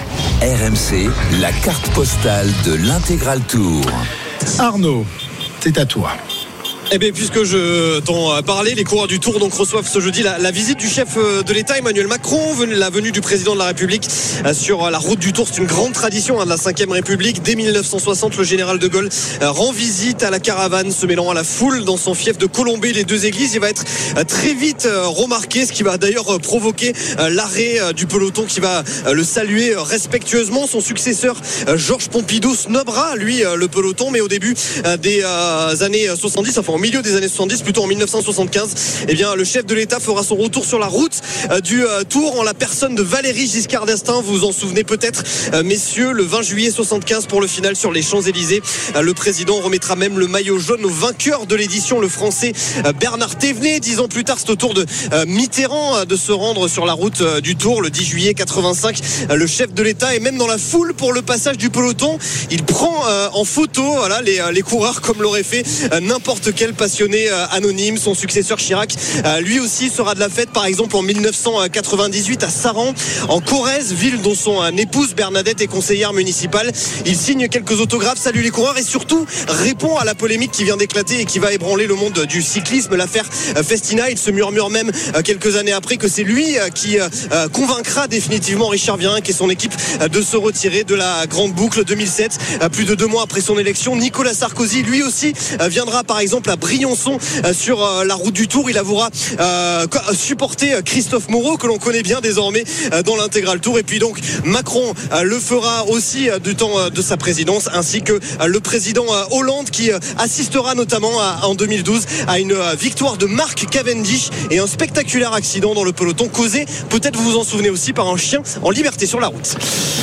RMC, la carte postale de l'Intégral Tour. Arnaud, c'est à toi. Eh bien, puisque je t'en parlais, les coureurs du Tour donc reçoivent ce jeudi la visite du chef de l'État Emmanuel Macron, la venue du président de la République sur la route du Tour. C'est une grande tradition de la 5e République. Dès 1960, le général de Gaulle rend visite à la caravane se mêlant à la foule dans son fief de Colombey, les 2 églises. Il va être très vite remarqué, ce qui va d'ailleurs provoquer l'arrêt du peloton qui va le saluer respectueusement. Son successeur Georges Pompidou snobera lui le peloton, mais au début des années 70, enfin au milieu des années 70, plutôt en 1975, eh bien, le chef de l'État fera son retour sur la route du Tour en la personne de Valéry Giscard d'Estaing. Vous vous en souvenez peut-être, messieurs, le 20 juillet 75 pour le final sur les Champs-Élysées. Le président remettra même le maillot jaune au vainqueur de l'édition, le français Bernard Thévenet. 10 ans plus tard, c'est au tour de Mitterrand de se rendre sur la route du Tour le 10 juillet 85. Le chef de l'État est même dans la foule pour le passage du peloton. Il prend en photo voilà, les coureurs comme l'aurait fait n'importe quel passionné anonyme. Son successeur Chirac lui aussi sera de la fête, par exemple en 1998 à Saran en Corrèze, ville dont son épouse Bernadette est conseillère municipale. Il signe quelques autographes, salue les coureurs et surtout répond à la polémique qui vient d'éclater et qui va ébranler le monde du cyclisme, l'affaire Festina. Il se murmure même quelques années après que c'est lui qui convaincra définitivement Richard Virenque et son équipe de se retirer de la grande boucle. 2007, plus de 2 mois après son élection, Nicolas Sarkozy lui aussi viendra par exemple à Briançon sur la route du Tour. Il avouera supporter Christophe Moreau que l'on connaît bien désormais dans l'Intégral Tour. Et puis donc Macron le fera aussi du temps de sa présidence, ainsi que le président Hollande qui assistera notamment en 2012 à une victoire de Mark Cavendish et un spectaculaire accident dans le peloton causé, peut-être vous vous en souvenez aussi, par un chien en liberté sur la route.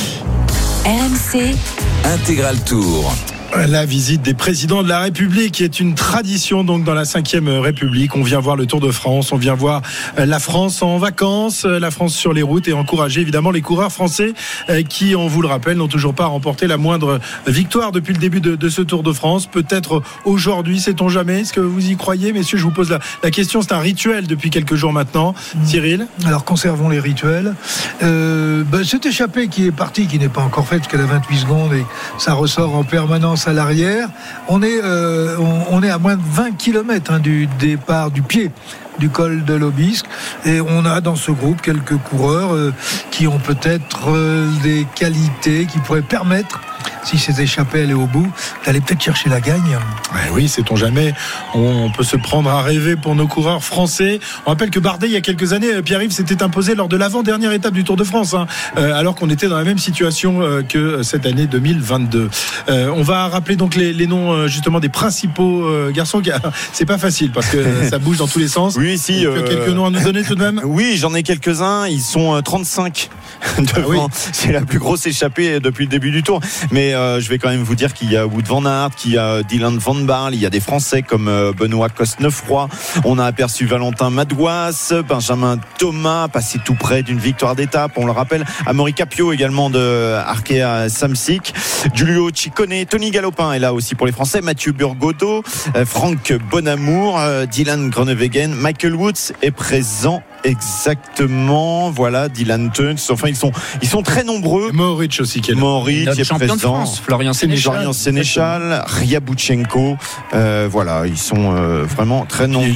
RMC Intégral Tour. La visite des présidents de la République qui est une tradition donc dans la 5e République. On vient voir le Tour de France, on vient voir la France en vacances, la France sur les routes et encourager évidemment les coureurs français qui, on vous le rappelle, n'ont toujours pas remporté la moindre victoire depuis le début de ce Tour de France. Peut-être aujourd'hui, sait-on jamais. Est-ce que vous y croyez, messieurs? Je vous pose la question. C'est un rituel depuis quelques jours maintenant. Cyril? Alors conservons les rituels. Cette échappée qui est partie, qui n'est pas encore faite, qu'elle a 28 secondes et ça ressort en permanence à l'arrière. On est à moins de 20 km du départ du pied du col de l'Aubisque et on a dans ce groupe quelques coureurs qui ont peut-être des qualités qui pourraient permettre, si cette échappée elle est au bout, d'aller peut-être chercher la gagne. Oui, sait-on jamais. On peut se prendre à rêver pour nos coureurs français. On rappelle que Bardet, il y a quelques années, Pierre-Yves s'était imposé lors de l'avant-dernière étape du Tour de France, alors qu'on était dans la même situation que cette année 2022. On va rappeler donc les noms justement des principaux garçons. C'est pas facile parce que ça bouge dans tous les sens. Oui, si. Tu as quelques noms à nous donner tout de même? Oui, j'en ai quelques-uns. Ils sont 35 devant. Oui. C'est la plus grosse échappée depuis le début du Tour. Mais je vais quand même vous dire qu'il y a Wout van Aert, qu'il y a Dylan van Baarle, il y a des Français comme Benoît Cosnefroy. On a aperçu Valentin Madouas, Benjamin Thomas, passé tout près d'une victoire d'étape, on le rappelle. Amaury Capio également de Arkea Samsic. Giulio Ciccone, Tony Galopin est là aussi pour les Français. Mathieu Burgodeau, Franck Bonamour, Dylan Groenewegen, Michael Woods est présent. Exactement, voilà, Dylan Teuns. Enfin, ils sont très nombreux. Mohoric aussi qui est là. Mohoric est champion présent. de France, Florian Sénéchal, Ryabouchenko. Voilà, ils sont vraiment très nombreux.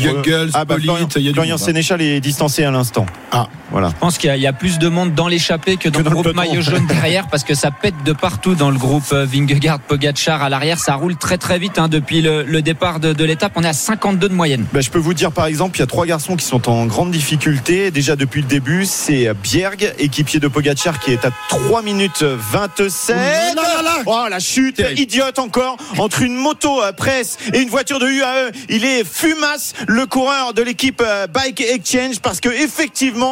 Florian Sénéchal est distancé à l'instant. Voilà. Je pense qu'il y a plus de monde dans l'échappée que dans le groupe maillot jaune derrière, parce que ça pète de partout dans le groupe Vingegaard, Pogačar à l'arrière. Ça roule très très vite depuis le départ de l'étape. On est à 52 de moyenne. Je peux vous dire par exemple, il y a 3 garçons qui sont en grande difficulté. Déjà depuis le début, c'est Bjerg, équipier de Pogačar, qui est à 3 minutes 27. Oh, la chute idiote encore entre une moto presse et une voiture de UAE. Il est fumasse, le coureur de l'équipe Bike Exchange, parce que effectivement,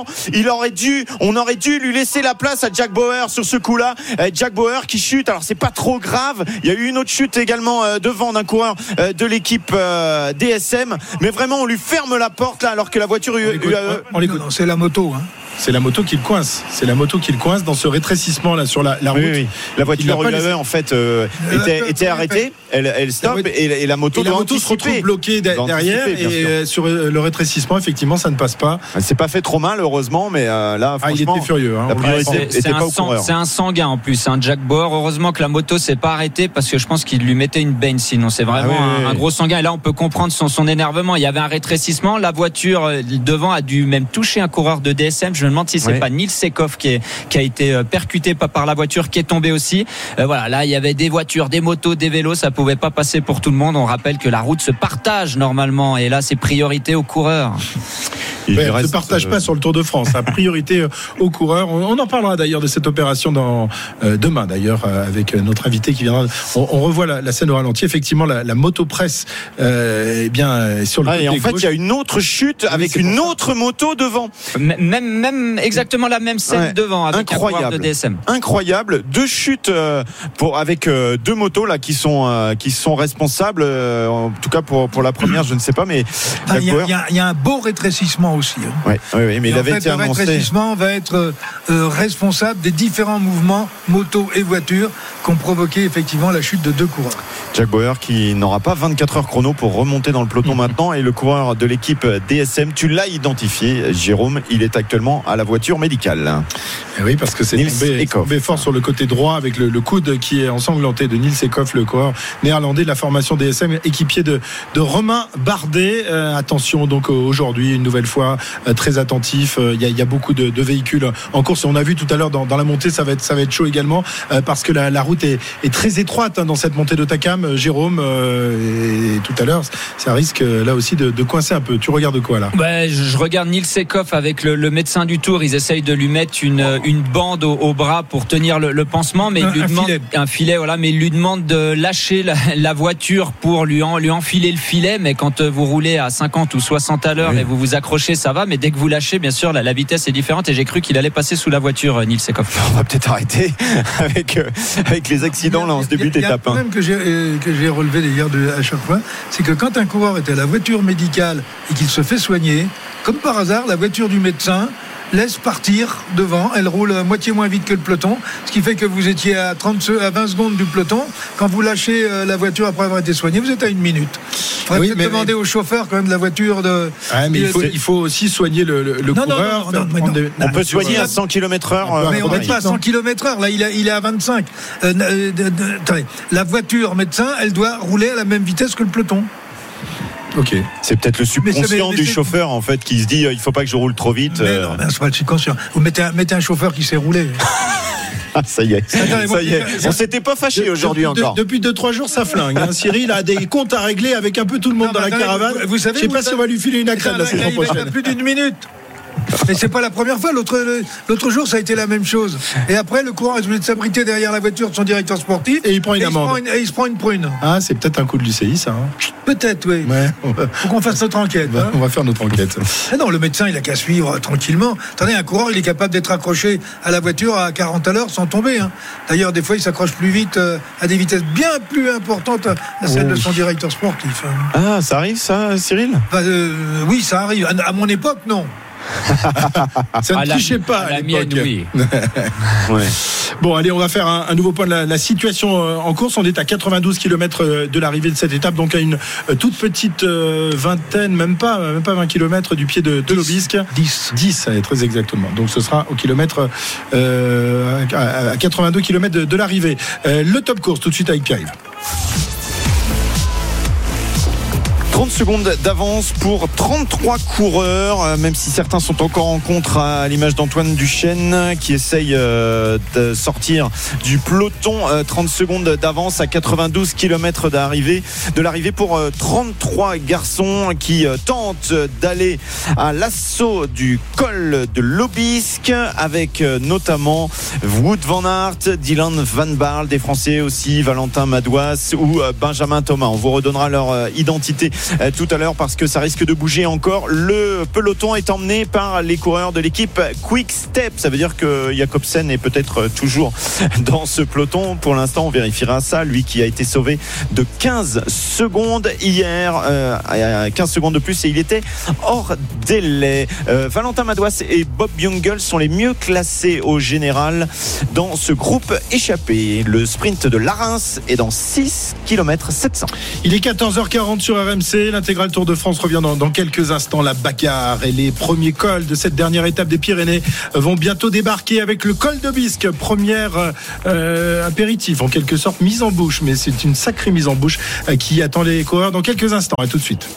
on aurait dû lui laisser la place à Jack Bauer sur ce coup-là. Jack Bauer qui chute. Alors c'est pas trop grave. Il y a eu une autre chute également devant d'un coureur de l'équipe DSM, mais vraiment on lui ferme la porte là, alors que la voiture UAE. Non, c'est la moto. C'est la moto qui le coince. C'est la moto qui le coince dans ce rétrécissement là sur la route. Oui. La voiture UAE en fait était arrêtée. Elle stoppe et la moto se retrouve bloquée derrière et sur le rétrécissement effectivement ça ne passe pas. Elle s'est pas fait trop mal heureusement, mais là franchement il était furieux. La priorité était pas au coureur. C'est un sanguin en plus, Jack Bauer. Heureusement que la moto s'est pas arrêtée, parce que je pense qu'il lui mettait une baigne, sinon c'est vraiment un gros sanguin. Et là on peut comprendre son énervement. Il y avait un rétrécissement. La voiture devant a dû même toucher un coureur de DSM. Je me demande si c'est pas Nils Sekov qui a été percuté par la voiture, qui est tombé aussi. Voilà, là il y avait des voitures, des motos, des vélos, ça pouvait pas passer pour tout le monde. On rappelle que la route se partage normalement, et là c'est priorité aux coureurs. On ne se partage pas sur le Tour de France. La priorité aux coureurs. On en parlera d'ailleurs de cette opération demain d'ailleurs avec notre invité qui viendra. On revoit la scène au ralenti. Effectivement, la motopresse sur le côté et en fait, gauche. il y a une autre chute avec une autre moto devant. Même exactement la même scène devant, avec un coureur de DSM. Incroyable. 2 chutes avec 2 motos là qui sont responsables. En tout cas pour la première, je ne sais pas, mais il y a un beau rétrécissement aussi. Oui, mais il avait été annoncé. Le rétrécissement va être responsable des différents mouvements moto et voiture qui ont provoqué effectivement la chute de 2 coureurs. Jack Bauer qui n'aura pas 24 heures chrono pour remonter dans le peloton maintenant, et le coureur de l'équipe DSM, tu l'as identifié, Jérôme, il est actuellement à la voiture médicale. Et oui, parce que c'est tombé fort sur le côté droit avec le coude qui est ensanglanté de Nils Sekov, le coureur néerlandais de la formation DSM, équipier de Romain Bardet. Attention donc aujourd'hui, une nouvelle fois, très attentif. Il y a beaucoup de véhicules en course. On a vu tout à l'heure dans la montée, ça va être chaud également, parce que la route est très étroite dans cette montée d'Hautacam, Jérôme. Et tout à l'heure, ça risque là aussi de coincer un peu. Tu regardes quoi là? Je regarde Nils Sekov avec le médecin du Tour. Ils essayent de lui mettre une bande au bras pour tenir le pansement, mais un filet, voilà. Mais il lui demande de lâcher la voiture pour lui enfiler le filet. Mais quand vous roulez à 50 ou 60 à l'heure et vous accrochez, ça va. Mais dès que vous lâchez, bien sûr, la vitesse est différente. Et j'ai cru qu'il allait passer sous la voiture, Nils Sekov. On va peut-être arrêter avec les accidents là en ce début d'étape. Il y a un problème que j'ai relevé d'ailleurs à chaque fois, c'est que quand un coureur est à la voiture médicale et qu'il se fait soigner, comme par hasard, la voiture du médecin laisse partir devant, elle roule à moitié moins vite que le peloton, ce qui fait que vous étiez à 20 secondes du peloton. Quand vous lâchez la voiture après avoir été soigné, vous êtes à 1 minute. Il faudrait peut-être demander au chauffeur quand même de la voiture de... mais il faut aussi soigner le coureur. On peut soigner à 100 km/h. Mais on n'est pas à 100 km/h, là il est à 25. Attendez, la voiture médecin, elle doit rouler à la même vitesse que le peloton. Ok. C'est peut-être le subconscient du chauffeur en fait qui se dit il faut pas que je roule trop vite. Mais non, c'est pas le subconscient. Vous mettez un chauffeur qui sait rouler. Ça y est. On s'était pas fâché aujourd'hui encore. Depuis 2-3 jours, ça flingue. Cyril a des comptes à régler avec un peu tout le monde dans la caravane. Vous savez, je sais pas si on va lui filer une accrède la saison prochaine. Il a plus d'1 minute. Mais c'est pas la première fois. L'autre jour, ça a été la même chose. Et après, le coureur est obligé de s'abriter derrière la voiture de son directeur sportif. Et il prend une amende. Il se prend une prune. Ah, c'est peut-être un coup de l'UCI, ça. Peut-être, oui. Ouais. Faut qu'on fasse notre enquête. On va faire notre enquête. Ah non, le médecin, il a qu'à suivre tranquillement. Attendez, un coureur, il est capable d'être accroché à la voiture à 40 à l'heure sans tomber. D'ailleurs, des fois, il s'accroche plus vite à des vitesses bien plus importantes à celles de son directeur sportif. Ah, ça arrive, ça, Cyril ? Oui, ça arrive. À mon époque, non. Ça ne trichait pas à la mienne, oui. Ouais. Bon, allez, on va faire un nouveau point de la situation en course. On est à 92 km de l'arrivée de cette étape, donc à une toute petite vingtaine, même pas 20 km du pied de l'Aubisque. 10, très exactement. Donc ce sera au kilomètre à 82 km de l'arrivée. Le top course, tout de suite avec Pierre-Yves. 30 secondes d'avance pour 33 coureurs, même si certains sont encore en contre, à l'image d'Antoine Duchesne qui essaye de sortir du peloton. 30 secondes d'avance à 92 km de l'arrivée pour 33 garçons qui tentent d'aller à l'assaut du col de l'Aubisque, avec notamment Wout van Aert, Dylan Van Baarle, des Français aussi, Valentin Madouas ou Benjamin Thomas. On vous redonnera leur identité tout à l'heure parce que ça risque de bouger encore. Le peloton est emmené par les coureurs de l'équipe Quick Step. Ça veut dire que Jacobsen est peut-être toujours dans ce peloton. Pour l'instant, on vérifiera ça. Lui qui a été sauvé de 15 secondes hier, 15 secondes de plus, et il était hors délai. Valentin Madouas et Bob Jungels sont les mieux classés au général dans ce groupe échappé. Le sprint de Larens est dans 6 km 700. Il est 14h40 sur RMC. L'intégral Tour de France revient dans quelques instants. La bagarre et les premiers cols de cette dernière étape des Pyrénées vont bientôt débarquer avec le col d'Aubisque. Première apéritif, en quelque sorte, mise en bouche. Mais c'est une sacrée mise en bouche qui attend les coureurs dans quelques instants. À tout de suite.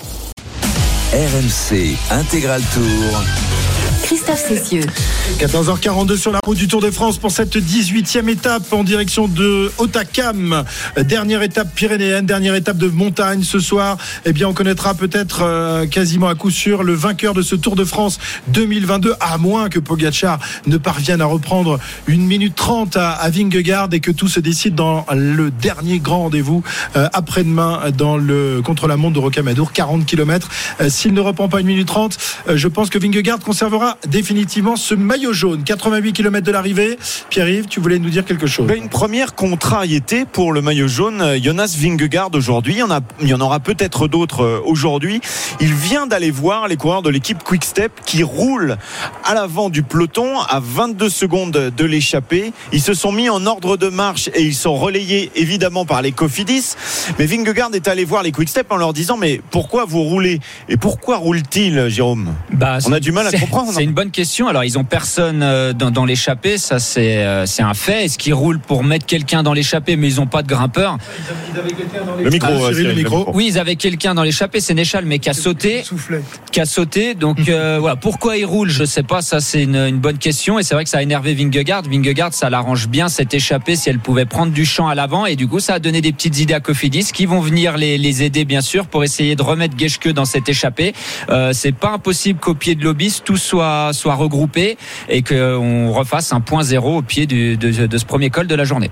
RMC Intégral Tour. Christophe Cessieux. 14h42 sur la route du Tour de France pour cette 18e étape en direction de Hautacam. Dernière étape pyrénéenne, dernière étape de montagne ce soir. Eh bien, on connaîtra peut-être quasiment à coup sûr le vainqueur de ce Tour de France 2022, à moins que Pogačar ne parvienne à reprendre 1 minute 30 à Vingegaard et que tout se décide dans le dernier grand rendez-vous après-demain contre la montre de Rocamadour, 40 km. S'il ne reprend pas 1 minute 30, je pense que Vingegaard conservera définitivement ce maillot jaune. 88 km de l'arrivée. Pierre-Yves, tu voulais nous dire quelque chose? Une première contrariété pour le maillot jaune, Jonas Vingegaard aujourd'hui. Il y en aura peut-être d'autres aujourd'hui. Il vient d'aller voir les coureurs de l'équipe Quick Step qui roulent à l'avant du peloton à 22 secondes de l'échappée. Ils se sont mis en ordre de marche et ils sont relayés évidemment par les Cofidis. Mais Vingegaard est allé voir les Quick Step en leur disant: mais pourquoi vous roulez? Et pourquoi roule-t-il, Jérôme? On a du mal à comprendre. C'est une bonne question. Alors, ils ont personne dans l'échappée, ça c'est un fait. Est-ce qu'ils roulent pour mettre quelqu'un dans l'échappée, mais ils n'ont pas de grimpeur? Le micro, le micro. Oui, ils avaient quelqu'un dans l'échappée, Sénéchal, mais qui a sauté. Donc voilà. Pourquoi ils roulent, je sais pas. Ça, c'est une bonne question. Et c'est vrai que ça a énervé Vingegaard. Vingegaard, ça l'arrange bien cette échappée si elle pouvait prendre du champ à l'avant. Et du coup, ça a donné des petites idées à Cofidis qui vont venir les aider, bien sûr, pour essayer de remettre Geschke dans cette échappée. C'est pas impossible qu'au pied de l'Aubisque tout soit regroupé et qu'on refasse un point zéro au pied de ce premier col de la journée.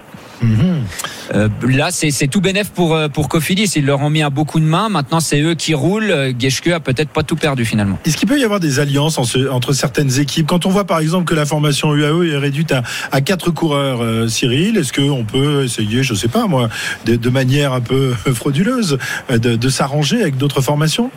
Là, c'est tout bénef pour Cofidis. Ils leur ont mis à beaucoup de mains. Maintenant, c'est eux qui roulent. Geschke a peut-être pas tout perdu finalement. Est-ce qu'il peut y avoir des alliances entre certaines équipes? Quand on voit par exemple que la formation UAE est réduite à 4 coureurs, Cyril, est-ce qu'on peut essayer, je sais pas moi, de manière un peu frauduleuse, de s'arranger avec d'autres formations?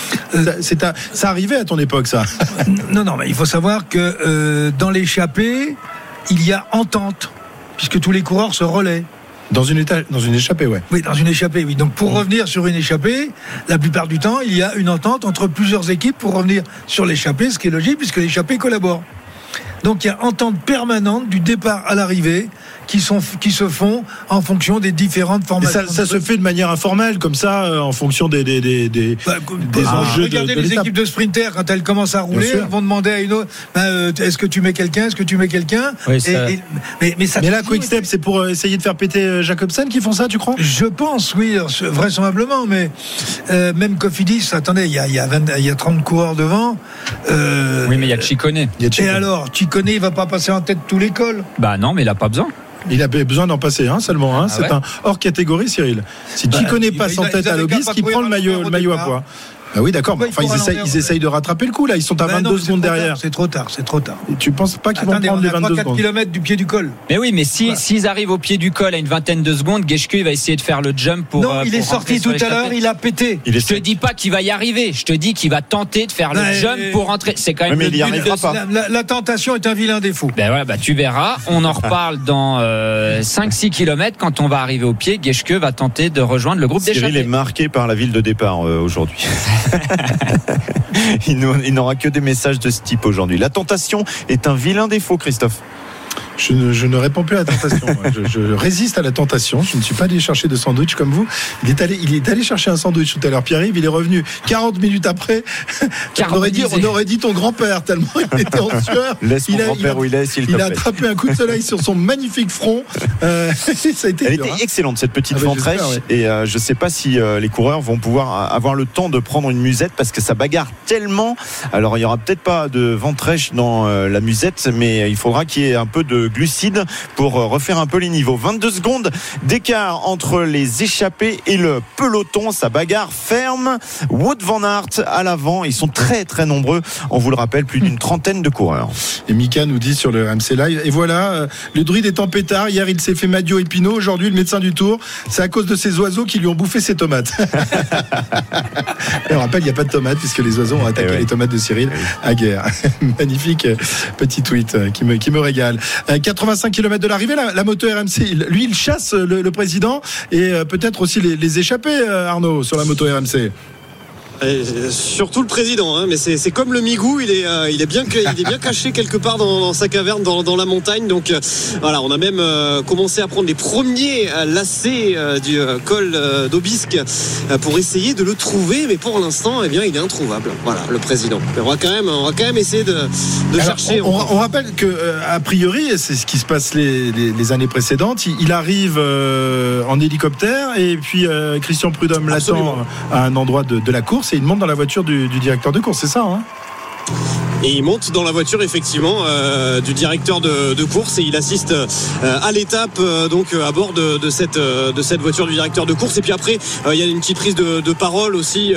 Ça arrivait à ton époque, ça? Non, mais il faut savoir que dans l'échappée, il y a entente, puisque tous les coureurs se relaient. Dans une échappée, ouais. Oui, dans une échappée, oui. Donc pour revenir sur une échappée, la plupart du temps, il y a une entente entre plusieurs équipes pour revenir sur l'échappée, ce qui est logique puisque l'échappée collabore. Donc il y a entente permanente du départ à l'arrivée qui se font en fonction des différentes formations. Ça se fait de manière informelle, comme ça, en fonction des enjeux. Regardez de les l'étape. équipes de sprinters, quand elles commencent à rouler, elles vont demander à une autre est-ce que tu mets quelqu'un Oui, ça... mais là, Quick-Step, c'est pour essayer de faire péter Jacobsen qui font ça, tu crois ? Je pense, oui, vraisemblablement, mais même Cofidis, attendez, il y a 30 coureurs devant. Oui, mais il y a Ciccone. Et alors, Ciccone, il va pas passer en tête tous les cols ? Bah non, mais il a pas besoin. Il avait besoin d'en passer un seulement. C'est un hors catégorie, Cyril. Si Ciccone passe en tête à l'Aubisque, il prend le maillot à poids. Ah oui, d'accord. Enfin, ils essayent de rattraper le coup, là. Ils sont à 22 secondes derrière. C'est trop tard. Et tu penses pas qu'ils vont prendre les 22 secondes ? 4 km du pied du col. Mais oui, mais s'ils arrivent au pied du col à une vingtaine de secondes, Geschke, il va essayer de faire le jump pour. Non, il est sorti tout à l'heure, il a pété. Je te dis pas qu'il va y arriver. Je te dis qu'il va tenter de faire le jump pour rentrer. C'est quand même mais le il y but arrivera pas. La tentation est un vilain défaut. Ben voilà, tu verras. On en reparle dans 5-6 km. Quand on va arriver au pied, Geschke va tenter de rejoindre le groupe d'échappée. Cyril est marqué par la ville de départ aujourd'hui. Il n'aura que des messages de ce type aujourd'hui. La tentation est un vilain défaut, Christophe. Je ne réponds plus à la tentation. Je résiste à la tentation. Je ne suis pas allé chercher de sandwich comme vous. Il est allé chercher un sandwich tout à l'heure. Pierre-Yves, il est revenu 40 minutes après. On aurait dit ton grand-père tellement il était en sueur. Laisse mon grand-père où il est, s'il te plaît. Il a attrapé un coup de soleil sur son magnifique front. Ça a été Elle dur, était excellente, cette petite ventrèche. Ouais. Et je ne sais pas si les coureurs vont pouvoir avoir le temps de prendre une musette parce que ça bagarre tellement. Alors, il n'y aura peut-être pas de ventrèche dans la musette, mais il faudra qu'il y ait un peu de glucides pour refaire un peu les niveaux. 22 secondes d'écart entre les échappés et le peloton. Ça bagarre ferme. Wout van Aert à l'avant. Ils sont très très nombreux. On vous le rappelle, plus d'une trentaine de coureurs. Et Mika nous dit sur le RMC Live, et voilà, le druide est en pétard. Hier, il s'est fait Madio et Pinot. Aujourd'hui, le médecin du Tour, c'est à cause de ces oiseaux qui lui ont bouffé ses tomates. Et on rappelle, il n'y a pas de tomates puisque les oiseaux ont attaqué les tomates de Cyril à guerre. Magnifique petit tweet qui me régale. 85 km de l'arrivée, la moto RMC, lui, il chasse le président et peut-être aussi les échappés, Arnaud, sur la moto RMC. Surtout le président, mais c'est comme le Migou, il est bien caché quelque part dans sa caverne, dans la montagne. Donc voilà, on a même commencé à prendre les premiers lacets du col d'Aubisque pour essayer de le trouver, mais pour l'instant, il est introuvable. Voilà, le président. Mais on va quand même essayer de chercher. On rappelle que a priori, c'est ce qui se passe les années précédentes. Il arrive en hélicoptère et puis Christian Prudhomme l'attend à un endroit de la course. Et il monte dans la voiture du directeur de course, c'est ça, hein ? Et il monte dans la voiture effectivement du directeur de course et il assiste à l'étape donc à bord de cette voiture du directeur de course. Et puis après il y a une petite prise de parole aussi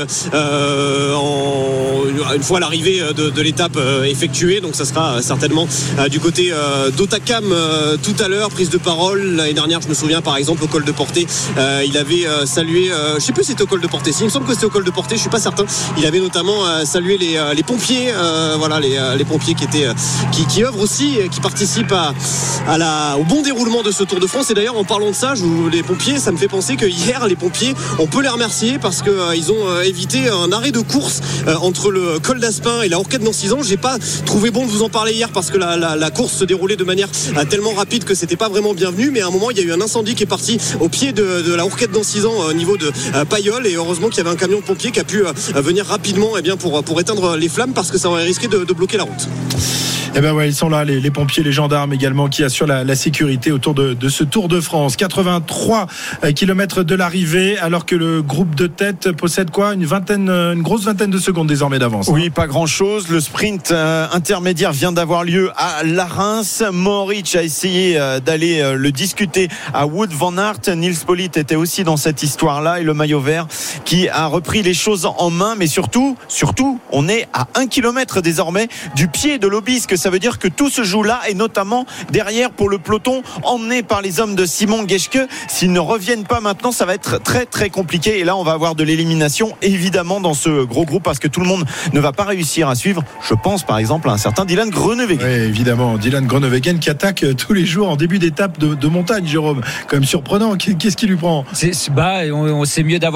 une fois l'arrivée de l'étape effectuée. Donc ça sera certainement du côté d'Otakam tout à l'heure. Prise de parole. L'année dernière, je me souviens par exemple au col de Portet, il avait salué, je sais plus si c'était au col de Portet. Il me semble que c'était au col de Portet, je suis pas certain. Il avait notamment salué les pompiers. Voilà, les pompiers qui œuvrent aussi, qui participent au bon déroulement de ce Tour de France. Et d'ailleurs, en parlant de ça, les pompiers, ça me fait penser que hier, les pompiers, on peut les remercier parce qu'ils ont évité un arrêt de course entre le col d'Aspin et la Hourquette d'Ancizan. J'ai pas trouvé bon de vous en parler hier parce que la course se déroulait de manière tellement rapide que c'était pas vraiment bienvenu. Mais à un moment, il y a eu un incendie qui est parti au pied de la Hourquette d'Ancizan au niveau de Payolle. Et heureusement qu'il y avait un camion de pompiers qui a pu venir rapidement pour éteindre les flammes parce que ça aurait risqué de bloquer la route. Eh ben ouais, ils sont là, les pompiers, les gendarmes également, qui assurent la sécurité autour de ce Tour de France. 83 km de l'arrivée, alors que le groupe de tête possède quoi ? Une grosse vingtaine de secondes désormais d'avance. Oui, pas grand-chose. Le sprint intermédiaire vient d'avoir lieu à Larens. Mohoric a essayé d'aller le discuter à Wout van Aert. Nils Politt était aussi dans cette histoire-là et le maillot vert qui a repris les choses en main. Mais surtout, on est à 1 km désormais du pied de l'Aubisque. Ça veut dire que tout se joue là et notamment derrière pour le peloton emmené par les hommes de Simon Geschke. S'ils ne reviennent pas maintenant, ça va être très très compliqué et là on va avoir de l'élimination évidemment dans ce gros groupe parce que tout le monde ne va pas réussir à suivre. Je pense par exemple à un certain Dylan Groenewegen. Oui, évidemment, Dylan Groenewegen qui attaque tous les jours en début d'étape de montagne, Jérôme. Quand même surprenant, qu'est-ce qui lui prend ? C'est mieux d'avoir un coup d'avance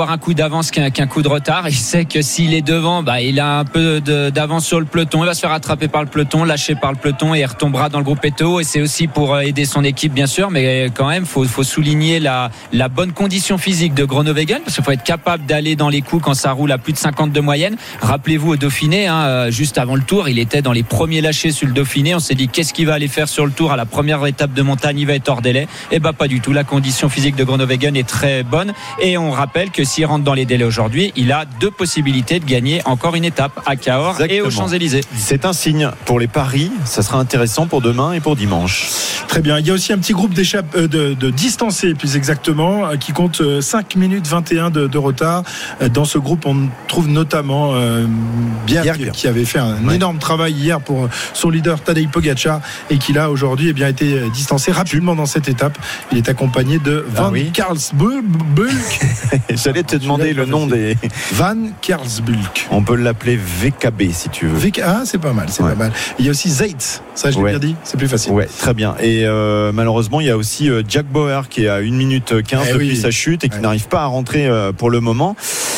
d'avance qu'un coup de retard. Il sait que s'il est devant, il a un peu d'avance sur le peloton. Il va se faire attraper par le peloton, lâché par le peloton et il retombera dans le groupe PTO. Et c'est aussi pour aider son équipe, bien sûr, mais quand même, faut souligner la bonne condition physique de Groenewegen, parce qu'il faut être capable d'aller dans les coups quand ça roule à plus de 50 de moyenne. Rappelez-vous au Dauphiné, juste avant le Tour, il était dans les premiers lâchés sur le Dauphiné. On s'est dit qu'est-ce qu'il va aller faire sur le Tour à la première étape de montagne, il va être hors délai. Et pas du tout. La condition physique de Groenewegen est très bonne et on rappelle que s'il rentre dans les délais aujourd'hui, il a 2 possibilités de gagner encore une étape à Cahors. Exactement. Et aux Champs-Élysées. C'est un signe pour les paris. Ça sera intéressant pour demain et pour dimanche. Très bien. Il y a aussi un petit groupe de distancés, plus exactement, qui compte 5 minutes 21 de retard. Dans ce groupe, on trouve notamment Bjerg, qui avait fait un énorme travail hier pour son leader Tadej Pogačar et qui là aujourd'hui a été distancé rapidement dans cette étape. Il est accompagné de Van Carlsbulk. J'allais te demander le nom des Van Carlsbulk. On peut l'appeler VKB si tu veux. C'est pas mal, pas mal. Il y a aussi Zeitz. Ça, je l'ai bien dit. C'est plus facile. Ouais, très bien. Et malheureusement, il y a aussi Jack Bauer qui est à 1 minute 15 depuis sa chute et qui n'arrive pas à rentrer pour le moment.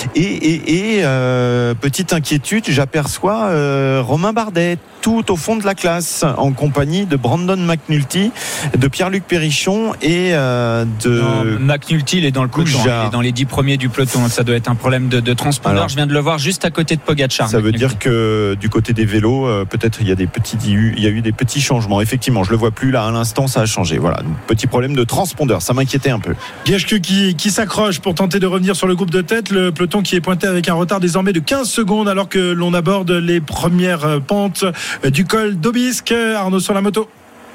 Et petite inquiétude, j'aperçois Romain Bardet tout au fond de la classe en compagnie de Brandon McNulty, de Pierre-Luc Périchon et de McNulty. Il est dans le peloton, il est dans les 10 premiers du peloton. Ça doit être un problème de transpondeur. Alors, je viens de le voir juste à côté de Pogačar. Ça veut dire que du côté des vélos, peut-être il y a eu des petits changements. Effectivement, je le vois plus là à l'instant, ça a changé. Voilà, petit problème de transpondeur. Ça m'inquiétait un peu. Geschke qui s'accroche pour tenter de revenir sur le groupe de tête. Le peloton qui est pointé avec un retard désormais de 15 secondes alors que l'on aborde les premières pentes du col d'Aubisque. Arnaud sur la moto.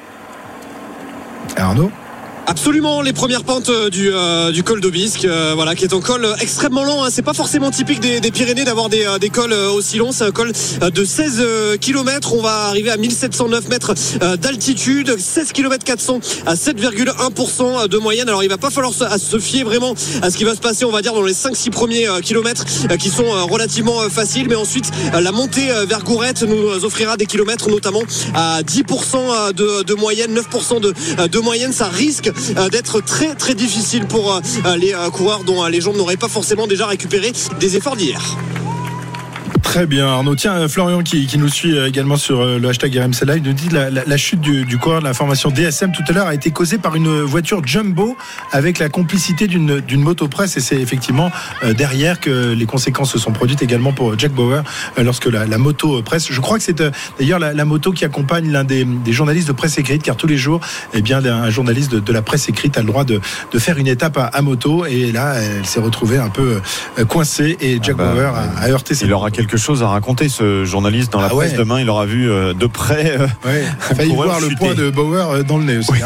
Arnaud. Absolument, les premières pentes du col d'Aubisque, qui est un col extrêmement long. C'est pas forcément typique des Pyrénées d'avoir des cols aussi longs. C'est un col de 16 km. On va arriver à 1709 mètres d'altitude, 16 km 400 à 7,1% de moyenne. Alors il va pas falloir se fier vraiment à ce qui va se passer, on va dire, dans les 5-6 premiers kilomètres qui sont relativement faciles. Mais ensuite, la montée vers Gourette nous offrira des kilomètres, notamment à 10% de moyenne, 9% de moyenne. Ça risque d'être très très difficile pour les coureurs dont les jambes n'auraient pas forcément déjà récupéré des efforts d'hier. Très bien Arnaud. Tiens, Florian qui nous suit également sur le hashtag RMC Live nous dit la chute du coureur de la formation DSM tout à l'heure a été causée par une voiture jumbo avec la complicité d'une motopresse et c'est effectivement derrière que les conséquences se sont produites également pour Jack Bauer lorsque la moto presse, je crois que c'est d'ailleurs la moto qui accompagne l'un des journalistes de presse écrite car tous les jours un journaliste de la presse écrite a le droit de faire une étape à moto et là elle s'est retrouvée un peu coincée et Jack Bauer a heurté ses... Il aura quelque chose à raconter ce journaliste dans la presse demain. Il aura vu de près il a failli voir le poids de Bauer dans le nez aussi.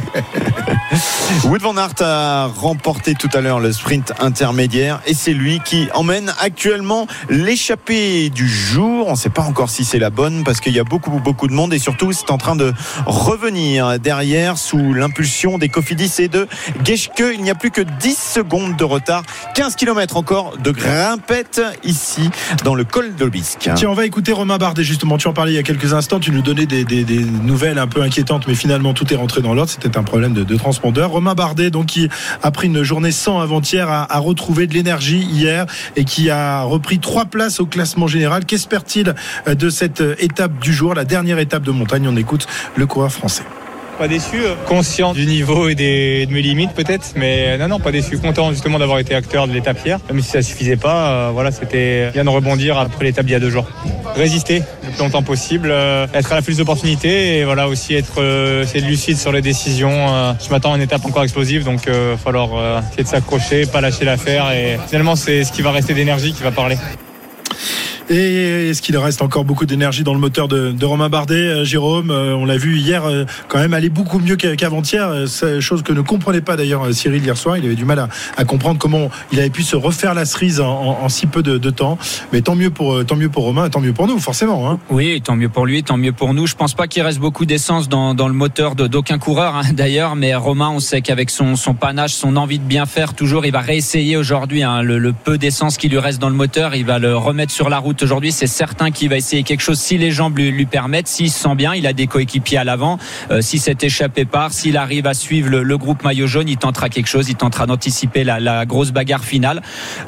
Wout van Aert a remporté tout à l'heure le sprint intermédiaire et c'est lui qui emmène actuellement l'échappée du jour. On ne sait pas encore si c'est la bonne parce qu'il y a beaucoup de monde et surtout c'est en train de revenir derrière sous l'impulsion des Cofidis et de Geschke. Il n'y a plus que 10 secondes de retard, 15 km encore de grimpette ici dans le col d'Aubisque. Tiens, on va écouter Romain Bardet justement. Tu en parlais il y a quelques instants, tu nous donnais des nouvelles un peu inquiétantes, mais finalement tout est rentré dans l'ordre. C'était un problème de transpondeur. Romain Bardet, donc, qui après une journée sans avant-hier a retrouvé de l'énergie hier et qui a repris 3 places au classement général. Qu'espère-t-il de cette étape du jour, la dernière étape de montagne? On écoute le coureur français. Pas déçu, conscient du niveau et de mes limites peut-être, mais non, pas déçu, content justement d'avoir été acteur de l'étape hier, même si ça suffisait pas, c'était bien de rebondir après l'étape d'il y a 2 jours. Résister le plus longtemps possible, être à la plus d'opportunités et aussi être lucide sur les décisions. Je m'attends à une étape encore explosive, donc il va falloir essayer de s'accrocher, pas lâcher l'affaire et finalement c'est ce qui va rester d'énergie qui va parler. Et est-ce qu'il reste encore beaucoup d'énergie dans le moteur de Romain Bardet, Jérôme? On l'a vu hier quand même aller beaucoup mieux qu'avant-hier, chose que ne comprenait pas d'ailleurs Cyril hier soir. Il avait du mal à comprendre comment il avait pu se refaire la cerise en si peu de temps. Mais tant mieux pour Romain et tant mieux pour nous forcément, hein. Oui, tant mieux pour lui, tant mieux pour nous. Je pense pas qu'il reste beaucoup d'essence dans le moteur d'aucun coureur d'ailleurs, mais Romain, on sait qu'avec son panache, son envie de bien faire toujours, il va réessayer aujourd'hui le peu d'essence qui lui reste dans le moteur, il va le remettre sur la route Wout aujourd'hui, c'est certain qu'il va essayer quelque chose si les jambes lui permettent, s'il se sent bien. Il a des coéquipiers à l'avant. Si cette échappée part, s'il arrive à suivre le groupe maillot jaune, il tentera quelque chose. Il tentera d'anticiper la grosse bagarre finale.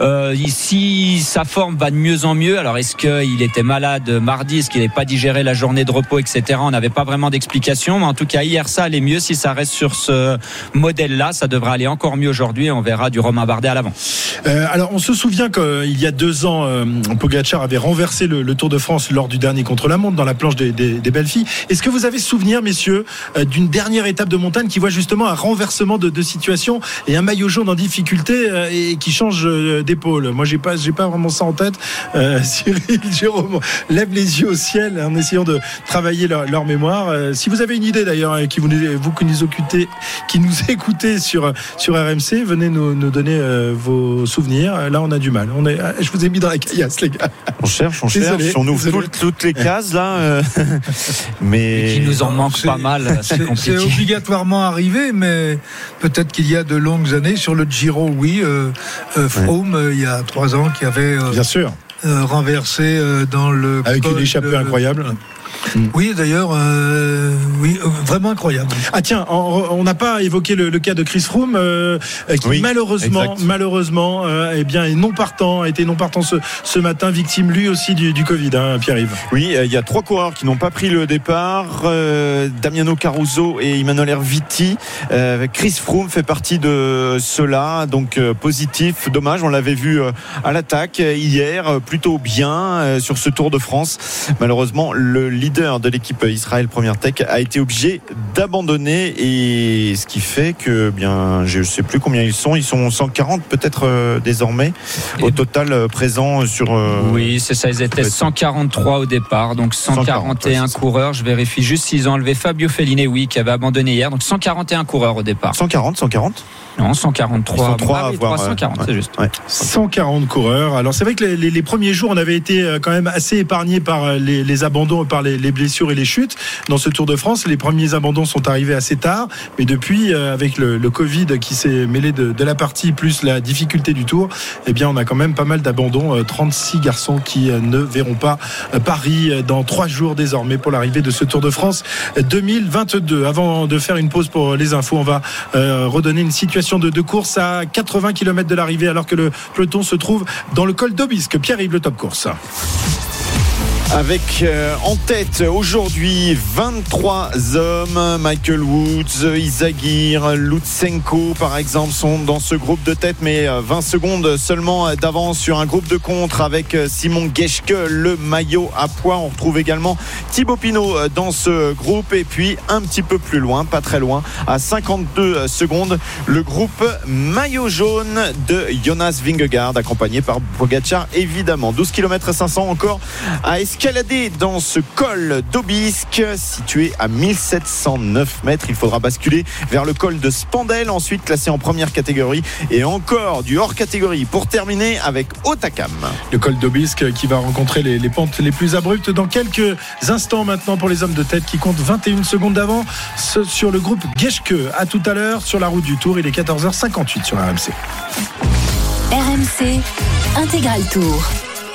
Si sa forme va de mieux en mieux, alors est-ce qu'il était malade mardi, est-ce qu'il n'avait pas digéré la journée de repos, etc. On n'avait pas vraiment d'explication, mais en tout cas hier ça allait mieux. Si ça reste sur ce modèle-là, ça devrait aller encore mieux aujourd'hui. On verra du Romain Bardet à l'avant. Alors on se souvient qu'il y a 2 ans, Pogacar avait renversé le Tour de France lors du dernier contre-la-montre dans la planche des belles filles. Est-ce que vous avez souvenir, messieurs, d'une dernière étape de montagne qui voit justement un renversement de situation et un maillot jaune en difficulté et qui change d'épaule? Moi j'ai pas vraiment ça en tête. Cyril, Jérôme lève les yeux au ciel en essayant de travailler leur mémoire. Si vous avez une idée d'ailleurs, vous qui nous écoutez sur RMC, venez nous donner vos souvenirs. Là on a du mal. Je vous ai mis dans la caillasse, les gars. On cherche. On ouvre toutes les cases là, mais il nous en manque pas mal. C'est obligatoirement arrivé, mais peut-être qu'il y a de longues années sur le Giro, oui. Froome, il y a 3 ans, qui avait bien sûr renversé dans le avec une échappée incroyable. Oui, d'ailleurs, vraiment incroyable. Ah tiens, on n'a pas évoqué le cas de Chris Froome qui malheureusement a été non partant ce matin, victime lui aussi du Covid, Pierre-Yves. Oui, il y a 3 coureurs qui n'ont pas pris le départ, Damiano Caruso et Emmanuel Erviti. Chris Froome fait partie de ceux-là, donc positif, dommage, on l'avait vu à l'attaque hier, plutôt bien sur ce Tour de France. Malheureusement, le leader de l'équipe Israël Première Tech a été obligé d'abandonner, et ce qui fait que je ne sais plus combien ils sont 140 peut-être désormais au total présents sur oui c'est ça, ils étaient 143 au départ, donc 141 coureurs. Je vérifie juste s'ils ont enlevé Fabio Fellini, qui avait abandonné hier, donc 141 coureurs au départ. 140 non, 143. 140, c'est juste. Ouais. 140 coureurs. Alors c'est vrai que les premiers jours, on avait été quand même assez épargnés par les abandons, par les blessures et les chutes dans ce Tour de France. Les premiers abandons sont arrivés assez tard, mais depuis, avec le Covid qui s'est mêlé de la partie plus la difficulté du Tour, on a quand même pas mal d'abandons. 36 garçons qui ne verront pas Paris dans 3 jours désormais pour l'arrivée de ce Tour de France 2022. Avant de faire une pause pour les infos, on va redonner une situation de course à 80 km de l'arrivée, alors que le peloton se trouve dans le col d'Aubisque. Pierre-Yves, le top course. Avec en tête aujourd'hui 23 hommes. Michael Woods, Izagir, Lutsenko par exemple sont dans ce groupe de tête, mais 20 secondes seulement d'avance sur un groupe de contre avec Simon Geschke, le maillot à pois. On retrouve également Thibaut Pinot dans ce groupe, et puis un petit peu plus loin, pas très loin, à 52 secondes, le groupe maillot jaune de Jonas Vingegaard, accompagné par Pogacar évidemment. 12 km 500 encore à escalader dans ce col d'Aubisque situé à 1709 mètres. Il faudra basculer vers le col de Spandel, ensuite classé en première catégorie, et encore du hors catégorie pour terminer avec Hautacam. Le col d'Aubisque qui va rencontrer les pentes les plus abruptes dans quelques instants maintenant pour les hommes de tête qui comptent 21 secondes d'avance sur le groupe Geschke. À tout à l'heure sur la route du Tour. Il est 14h58 sur RMC. RMC Intégral Tour.